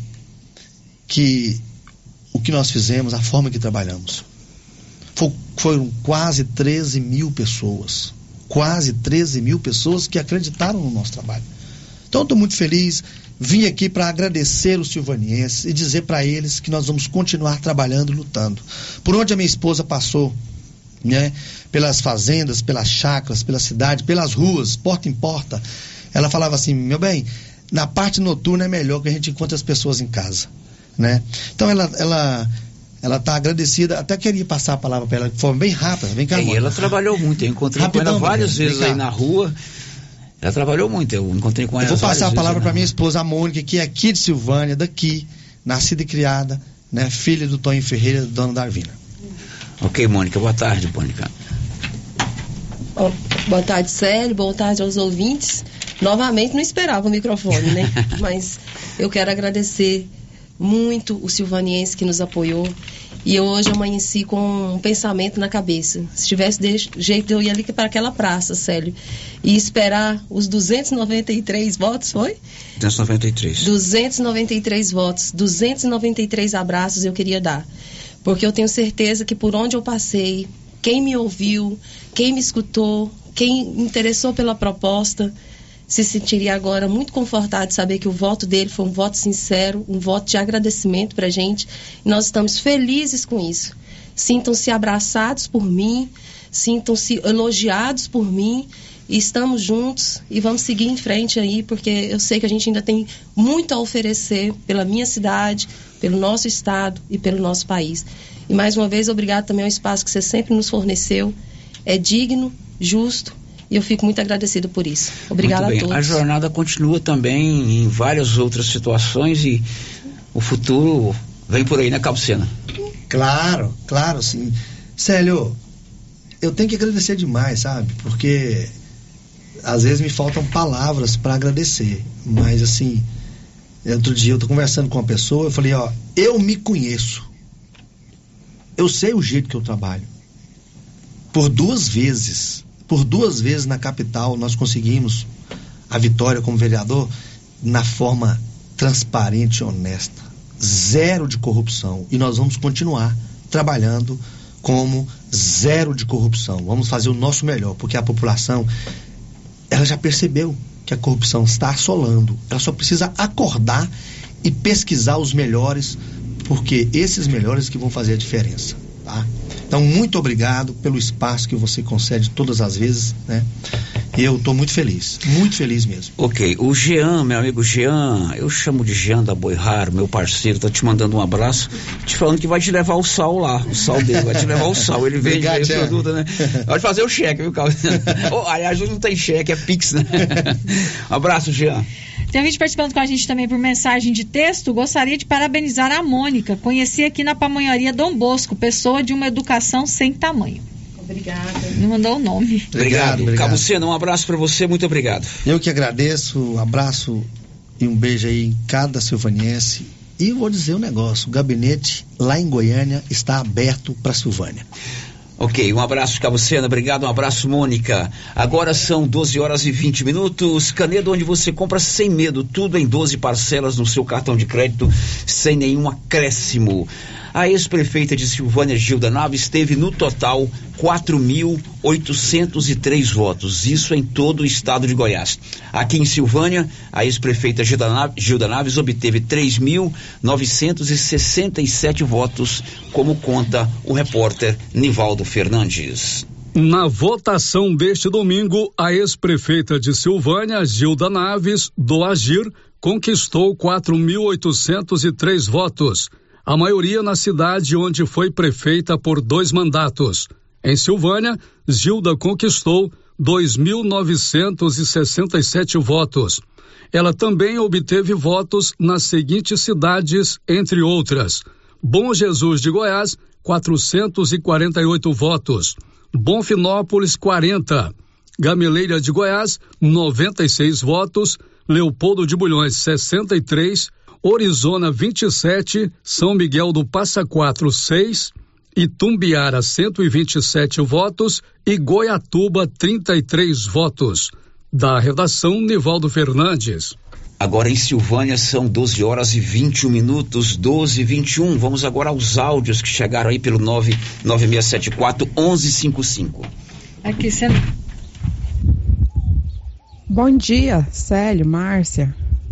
que o que nós fizemos, a forma que trabalhamos, foram quase 13 mil pessoas. Quase 13 mil pessoas que acreditaram no nosso trabalho. Então eu estou muito feliz, vim aqui para agradecer os silvanienses e dizer para eles que nós vamos continuar trabalhando e lutando. Por onde a minha esposa passou, né? Pelas fazendas, pelas chácaras, pela cidade, pelas ruas, porta em porta, ela falava assim: meu bem, na parte noturna é melhor que a gente encontre as pessoas em casa, né? Então ela está agradecida. Até queria passar a palavra para ela de forma bem rápida. Vem cá, e ela trabalhou muito. Eu encontrei com ela várias vezes aí na rua. Ela trabalhou muito. Eu encontrei com ela. Eu vou passar a palavra para minha esposa, a Mônica, que é aqui de Silvânia, daqui, nascida e criada, né, filha do Tonho Ferreira, do dono da Arvina. Ok, Mônica. Boa tarde, Mônica. Boa tarde, Célio. Boa tarde aos ouvintes. Novamente, não esperava o microfone, né? Mas eu quero agradecer muito o silvaniense que nos apoiou, e hoje eu amanheci com um pensamento na cabeça. Se tivesse de jeito, eu ia ali para aquela praça, Célio, e esperar os 293 votos, foi? 293 votos, 293 abraços eu queria dar, porque eu tenho certeza que por onde eu passei, quem me ouviu, quem me escutou, quem interessou pela proposta, se sentiria agora muito confortado de saber que o voto dele foi um voto sincero, um voto de agradecimento para a gente. E nós estamos felizes com isso. Sintam-se abraçados por mim, sintam-se elogiados por mim, e estamos juntos e vamos seguir em frente aí, porque eu sei que a gente ainda tem muito a oferecer pela minha cidade, pelo nosso estado e pelo nosso país. E mais uma vez, obrigado também ao espaço que você sempre nos forneceu. É digno, justo, e eu fico muito agradecida por isso. Obrigada a todos. A jornada continua também em várias outras situações e o futuro vem por aí, né, Cabo Sena? Claro, sim. Célio, eu tenho que agradecer demais, sabe? Porque às vezes me faltam palavras para agradecer, mas assim, Outro dia eu tô conversando com uma pessoa, eu falei, ó, eu me conheço. Eu sei o jeito que eu trabalho. Por duas vezes na capital nós conseguimos a vitória como vereador na forma transparente e honesta. Zero de corrupção. E nós vamos continuar trabalhando como zero de corrupção. Vamos fazer o nosso melhor, porque a população, ela já percebeu que a corrupção está assolando. Ela só precisa acordar e pesquisar os melhores, porque esses melhores que vão fazer a diferença, tá? Então, muito obrigado pelo espaço que você concede todas as vezes, né? Eu estou muito feliz mesmo. Ok, o Jean, meu amigo Jean, eu chamo de Jean da Boi Raro, meu parceiro, tá te mandando um abraço, te falando que vai te levar o sal lá, o sal dele, vai te levar o sal, ele vende o produto, né? Pode fazer o cheque, viu, Carlos? Aliás, não tem cheque, é Pix, né? Um abraço, Jean. Tem gente participando com a gente também por mensagem de texto. Gostaria de parabenizar a Mônica. Conheci aqui na Pamonharia Dom Bosco, pessoa de uma educação sem tamanho. Obrigada. Não mandou o nome. Obrigado. Cabucena, um abraço para você, muito obrigado. Eu que agradeço, um abraço e um beijo aí em cada silvaniense. E vou dizer um negócio, o gabinete lá em Goiânia está aberto para Silvânia. Ok, um abraço, Cabucena, obrigado, um abraço, Mônica. Agora são 12h20. Canedo, onde você compra sem medo, tudo em 12 parcelas no seu cartão de crédito, sem nenhum acréscimo. A ex-prefeita de Silvânia, Gilda Naves, teve no total 4.803 votos, isso em todo o estado de Goiás. Aqui em Silvânia, a ex-prefeita Gilda Naves obteve 3.967 votos, como conta o repórter Nivaldo Fernandes. Na votação deste domingo, a ex-prefeita de Silvânia, Gilda Naves, do Agir, conquistou 4.803 votos. A maioria na cidade onde foi prefeita por 2 mandatos. Em Silvânia, Gilda conquistou 2.967 votos. Ela também obteve votos nas seguintes cidades, entre outras: Bom Jesus de Goiás, 448 votos. Bonfinópolis, 40. Gameleira de Goiás, 96 votos. Leopoldo de Bulhões, 63. Orizona 27, São Miguel do Passa Quatro 6, Itumbiara 127 votos e Goiatuba 33 votos. Da redação, Nivaldo Fernandes. Agora em Silvânia são 12h21, 12h21. Vamos agora aos áudios que chegaram aí pelo 99674-1155. Aqui, você... Bom dia, Célio, Márcia.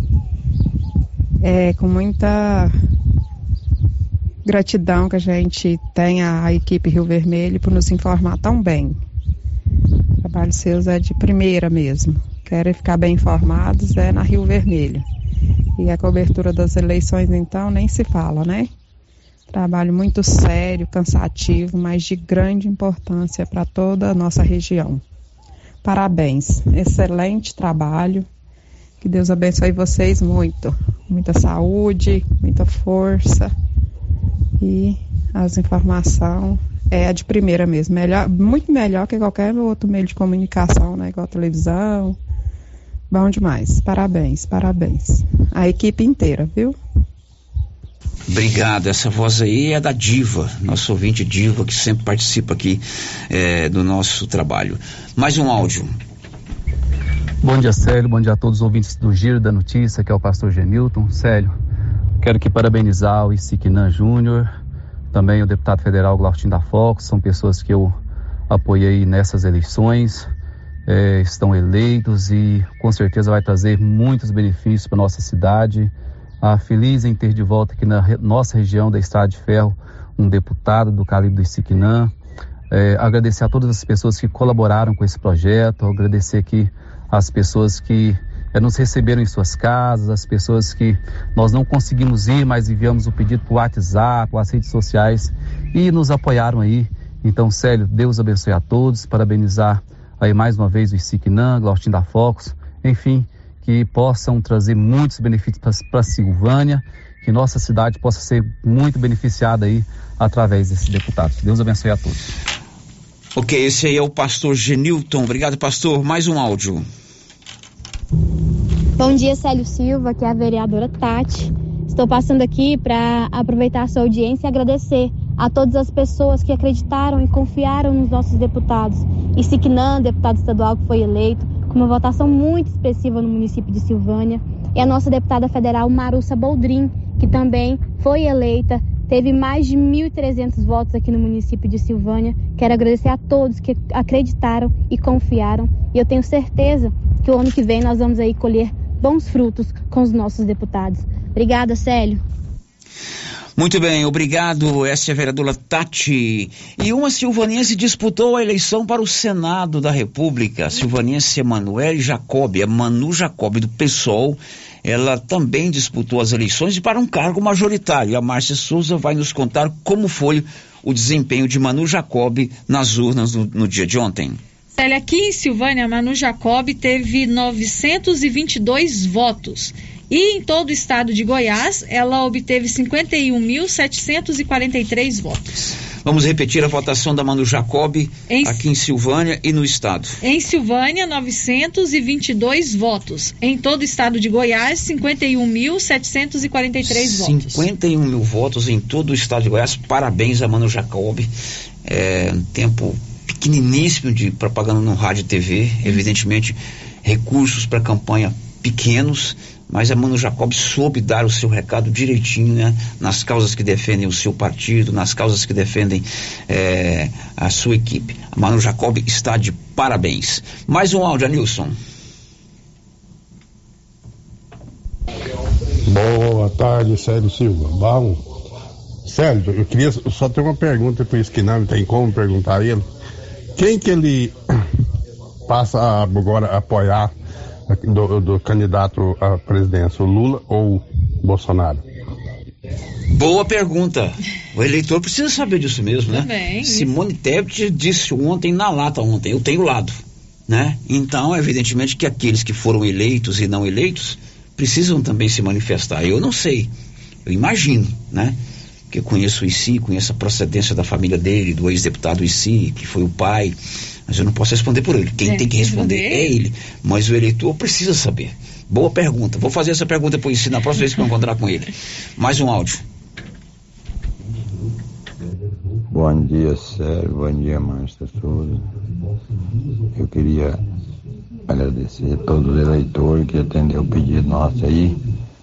É com muita gratidão que a gente tem a equipe Rio Vermelho por nos informar tão bem. O trabalho seus é de primeira mesmo. Querem ficar bem informados, é na Rio Vermelho. E a cobertura das eleições, então, nem se fala, né? Trabalho muito sério, cansativo, mas de grande importância para toda a nossa região. Parabéns, excelente trabalho. Que Deus abençoe vocês muito. Muita saúde, muita força. E as informações é a de primeira mesmo. Melhor, muito melhor que qualquer outro meio de comunicação, né? Igual a televisão. Bom demais. Parabéns, parabéns. A equipe inteira, viu? Obrigado. Essa voz aí é da Diva, nosso ouvinte Diva, que sempre participa aqui do nosso trabalho. Mais um áudio. Bom dia, Célio. Bom dia a todos os ouvintes do Giro da Notícia, que é o pastor Genilton. Célio, quero aqui parabenizar o Isiquinan Júnior, também o deputado federal Glautin da Fox, são pessoas que eu apoiei nessas eleições, estão eleitos e com certeza vai trazer muitos benefícios para nossa cidade. Feliz em ter de volta aqui na nossa região da Estrada de Ferro um deputado do calibre do Isiquinan. Agradecer a todas as pessoas que colaboraram com esse projeto, agradecer aqui as pessoas que nos receberam em suas casas, as pessoas que nós não conseguimos ir, mas enviamos o pedido por WhatsApp, pelas redes sociais e nos apoiaram aí. Então, Célio, Deus abençoe a todos, parabenizar aí mais uma vez o Isiquinan, Glautin da Fox, enfim, que possam trazer muitos benefícios para Silvânia, que nossa cidade possa ser muito beneficiada aí através desses deputados. Deus abençoe a todos. Ok, esse aí é o pastor Genilton. Obrigado, pastor. Mais um áudio. Bom dia, Célio Silva, que é a vereadora Tati. Estou passando aqui para aproveitar a sua audiência e agradecer a todas as pessoas que acreditaram e confiaram nos nossos deputados. E Siquinã, deputado estadual que foi eleito, com uma votação muito expressiva no município de Silvânia. E a nossa deputada federal Marussa Boldrin, que também foi eleita, teve mais de 1.300 votos aqui no município de Silvânia. Quero agradecer a todos que acreditaram e confiaram. E eu tenho certeza que o ano que vem nós vamos aí colher bons frutos com os nossos deputados. Obrigada, Célio. Muito bem, obrigado. Essa é a vereadora Tati. E uma silvanense disputou a eleição para o Senado da República. A silvanense Emanuele Jacob, é Manu Jacob do PSOL. Ela também disputou as eleições e para um cargo majoritário. A Márcia Souza vai nos contar como foi o desempenho de Manu Jacob nas urnas no dia de ontem. Célia, aqui em Silvânia, Manu Jacob teve 922 votos. E em todo o estado de Goiás, ela obteve 51.743 votos. Vamos repetir a votação da Manu Jacob aqui em Silvânia e no estado. Em Silvânia, 922 votos. Em todo o estado de Goiás, 51.743 votos. 51 mil votos em todo o estado de Goiás. Parabéns a Manu Jacob. Um tempo pequeniníssimo de propaganda no rádio e TV. Evidentemente, recursos para campanha pequenos. Mas a Manu Jacob soube dar o seu recado direitinho, né? Nas causas que defendem o seu partido, nas causas que defendem a sua equipe. A Manu Jacob está de parabéns. Mais um áudio, Nilson. Boa tarde, Célio Silva. Bom, Célio, eu queria só ter uma pergunta para o Esquinão, não tem como perguntar a ele. Quem que ele passa agora a apoiar do candidato à presidência, o Lula ou o Bolsonaro? Boa pergunta. O eleitor precisa saber disso mesmo, né? Também, Simone Tebet disse ontem, na lata ontem, eu tenho lado, né? Então, evidentemente que aqueles que foram eleitos e não eleitos precisam também se manifestar. Eu não sei, eu imagino, né? Porque eu conheço o ICI, conheço a procedência da família dele, do ex-deputado ICI, que foi o pai, mas eu não posso responder por ele. Quem tem que responder é ele, mas o eleitor precisa saber. Boa pergunta. Vou fazer essa pergunta para o ICI na próxima vez que eu encontrar com ele. Mais um áudio. Bom dia, Sérgio. Bom dia, Márcia Souza. Eu queria agradecer a todos os eleitores que atenderam o pedido nosso aí,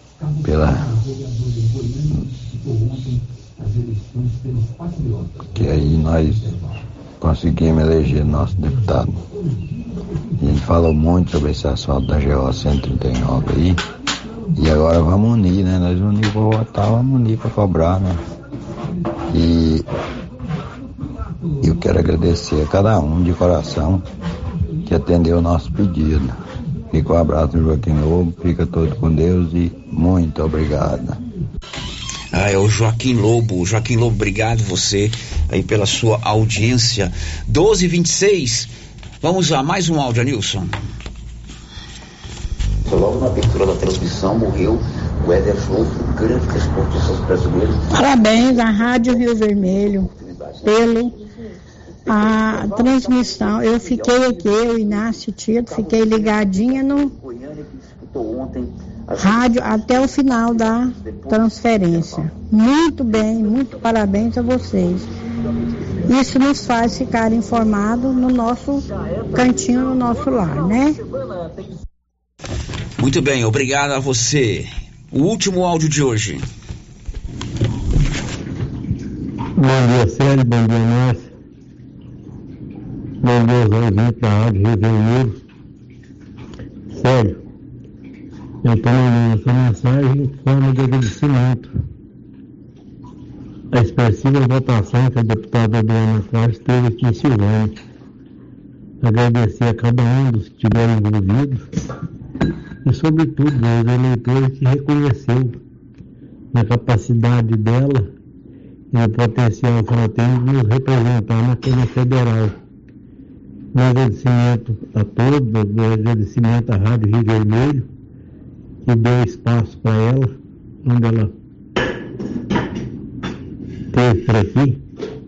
que aí nós conseguimos eleger nosso deputado. A gente falou muito sobre esse asfalto da GO 139 aí, e agora vamos unir, né? Nós unimos para votar, vamos unir para cobrar, né? E eu quero agradecer a cada um de coração que atendeu o nosso pedido. Fica um abraço do Joaquim Lobo, fica todo com Deus e muito obrigado. É o Joaquim Lobo. Joaquim Lobo, obrigado você aí pela sua audiência. 12h26. Vamos a mais um áudio, Nilson. Logo na abertura da transmissão morreu o Éder Flor, o grande desportista brasileiro. Parabéns à Rádio Rio Vermelho a transmissão. Eu fiquei aqui, eu, Inácio Tito, fiquei ligadinha no rádio até o final da transferência. Muito bem, muito parabéns a vocês. Isso nos faz ficar informados no nosso cantinho, no nosso lar, né? Muito bem, obrigado a você. O último áudio de hoje. Bom dia, Sérgio, bom dia, Márcia. Bom dia aos ouvintes da Rádio Rio Vermelho. Sérgio, eu estou mandando essa mensagem em forma de agradecimento à expressiva votação que a deputada Adriana Costa teve aqui em Silvânia. Agradecer a cada um dos que estiveram envolvidos e, sobretudo, aos eleitores que reconheceu na capacidade dela e no potencial que ela tem de nos representar na Câmara Federal. Um agradecimento a todos, um agradecimento à Rádio Rio Vermelho, que deu espaço para ela, onde ela esteve por aqui.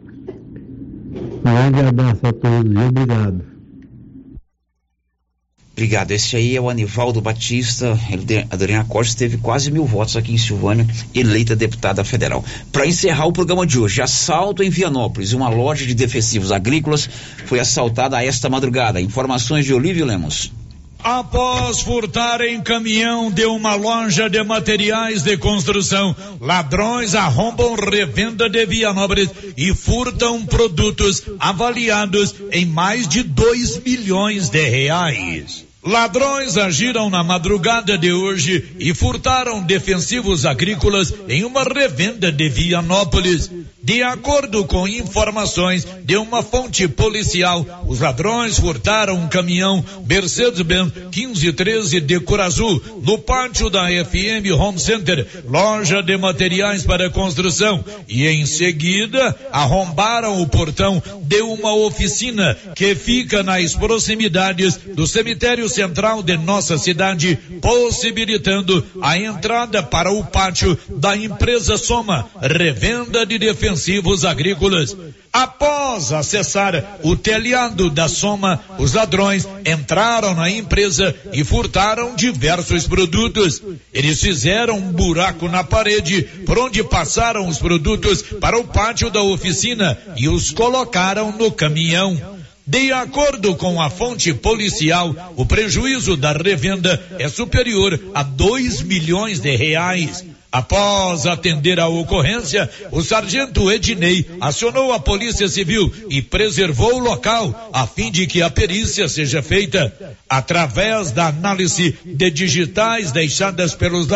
Um grande abraço a todos e obrigado. Obrigado. Esse aí é o Anivaldo Batista. Adriana Costa teve quase 1.000 votos aqui em Silvânia, eleita deputada federal. Para encerrar o programa de hoje, assalto em Vianópolis. Uma loja de defensivos agrícolas foi assaltada esta madrugada. Informações de Olívio Lemos. Após furtar em caminhão de uma loja de materiais de construção, ladrões arrombam revenda de Vianópolis e furtam produtos avaliados em mais de 2 milhões de reais. Ladrões agiram na madrugada de hoje e furtaram defensivos agrícolas em uma revenda de Vianópolis. De acordo com informações de uma fonte policial, os ladrões furtaram um caminhão Mercedes-Benz 1513 de cor azul no pátio da FM Home Center, loja de materiais para construção, e em seguida arrombaram o portão de uma oficina que fica nas proximidades do cemitério central de nossa cidade, possibilitando a entrada para o pátio da empresa Soma, revenda de defensivos agrícolas. Após acessar o telhado da Soma, os ladrões entraram na empresa e furtaram diversos produtos. Eles fizeram um buraco na parede por onde passaram os produtos para o pátio da oficina e os colocaram no caminhão. De acordo com a fonte policial, o prejuízo da revenda é superior a 2 milhões de reais. Após atender a ocorrência, o sargento Ednei acionou a Polícia Civil e preservou o local a fim de que a perícia seja feita. Através da análise de digitais deixadas pelos